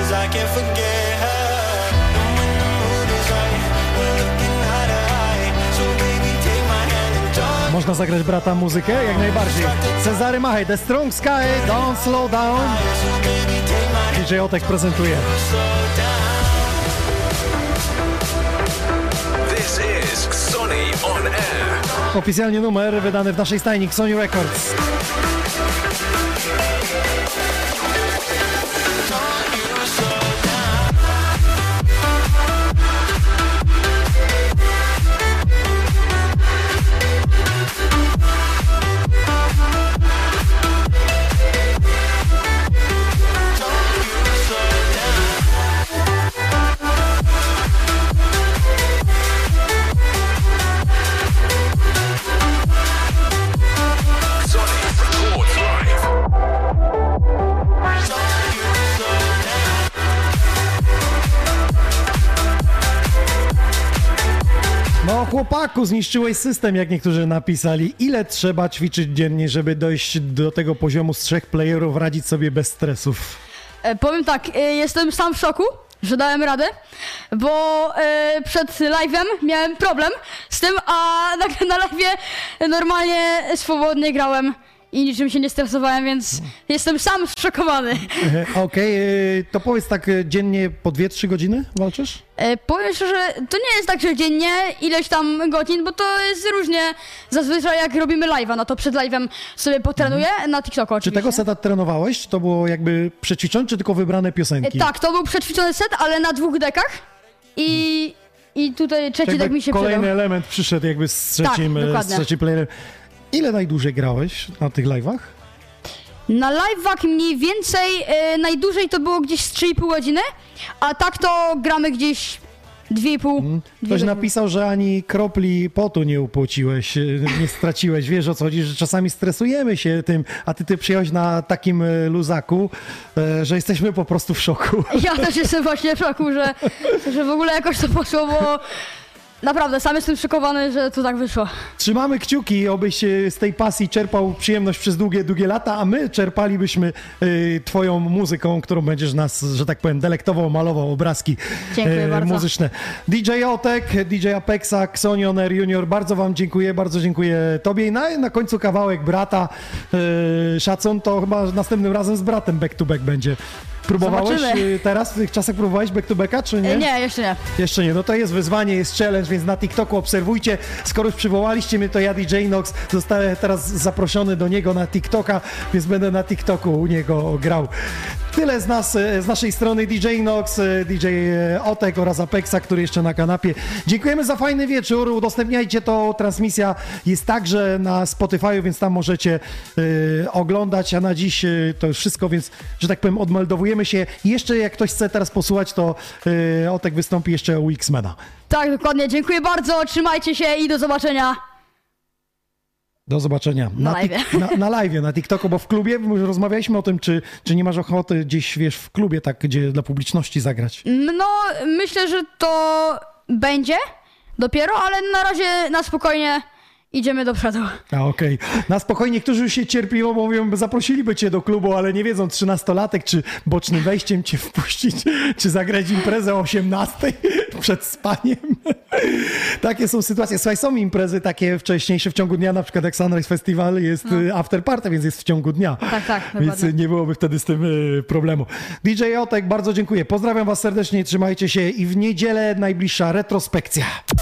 Można zagrać brata muzykę? Jak najbardziej. Cezary Machaj, The Strong Sky, Don't Slow Down. DJ Otek prezentuje. is Sonny on Air. Oficjalnie numer wydany w naszej stajni Sony Records. No chłopaku, zniszczyłeś system, jak niektórzy napisali. Ile trzeba ćwiczyć dziennie, żeby dojść do tego poziomu z 3 playerów, radzić sobie bez stresów? Powiem tak, jestem sam w szoku, że dałem radę, bo przed live'em miałem problem z tym, a na live'ie normalnie swobodnie grałem i niczym się nie stresowałem, więc jestem sam zszokowany. Okej, to powiedz tak, dziennie po 2-3 godziny walczysz? Powiem szczerze, to nie jest tak, że dziennie ileś tam godzin, bo to jest różnie. Zazwyczaj jak robimy live'a, no to przed live'em sobie potrenuję na TikToku oczywiście. Czy tego seta trenowałeś? Czy to było jakby przećwiczone, czy tylko wybrane piosenki? Tak, to był przećwiczony set, ale na 2 dekach i tutaj trzeci dek mi się kolejny przydał. element przyszedł jakby z trzecim playerem. Ile najdłużej grałeś na tych live'ach? Na live'ach mniej więcej, najdłużej to było gdzieś z 3,5 godziny, a tak to gramy gdzieś 2,5. Ktoś napisał, że ani kropli potu nie upłaciłeś, nie straciłeś. Wiesz, o co chodzi, że czasami stresujemy się tym, a ty przyjechałeś na takim luzaku, że jesteśmy po prostu w szoku. Ja też jestem właśnie w szoku, że w ogóle jakoś to poszło, bo naprawdę sam jestem szokowany, że to tak wyszło. Trzymamy kciuki, obyś z tej pasji czerpał przyjemność przez długie lata, a my czerpalibyśmy twoją muzyką, którą będziesz nas, że tak powiem, delektował, malował obrazki muzyczne. DJ Otek, DJ Apexa, Sony on Air Junior, bardzo wam dziękuję, bardzo dziękuję tobie i na końcu kawałek brata. Szacun, to chyba następnym razem z bratem back to back będzie. Próbowałeś teraz, w tych czasach próbowałeś back to backa, czy nie? Nie, jeszcze nie. Jeszcze nie, no to jest wyzwanie, jest challenge, więc na TikToku obserwujcie. Skoro już przywołaliście mnie, to ja DJ Nox zostałem teraz zaproszony do niego na TikToka, więc będę na TikToku u niego grał. Tyle z nas, z naszej strony DJ Nox, DJ Otek oraz Apexa, który jeszcze na kanapie. Dziękujemy za fajny wieczór, udostępniajcie to, transmisja jest także na Spotify, więc tam możecie oglądać, a na dziś to już wszystko, więc, że tak powiem, odmeldowujemy się. Jeszcze jak ktoś chce teraz posłuchać, to Otek wystąpi jeszcze u X-Mena. Tak, dokładnie, dziękuję bardzo, trzymajcie się i do zobaczenia. Do zobaczenia. Na live, na TikToku, bo w klubie rozmawialiśmy o tym, czy nie masz ochoty gdzieś, wiesz, w klubie, tak, gdzie dla publiczności zagrać. No, myślę, że to będzie dopiero, ale na razie na spokojnie idziemy do przodu. Okej. Na spokojnie, niektórzy już się cierpliwą mówią, zaprosiliby cię do klubu, ale nie wiedzą, 13-latek, czy bocznym wejściem cię wpuścić, czy zagrać imprezę o 18 przed spaniem. Takie są sytuacje. Słuchaj, są imprezy takie wcześniejsze w ciągu dnia, na przykład jak Sunrise Festival jest after party, więc jest w ciągu dnia. Tak, więc dokładnie. nie byłoby wtedy z tym problemu. DJ Otek, bardzo dziękuję. Pozdrawiam was serdecznie, trzymajcie się i w niedzielę najbliższa retrospekcja.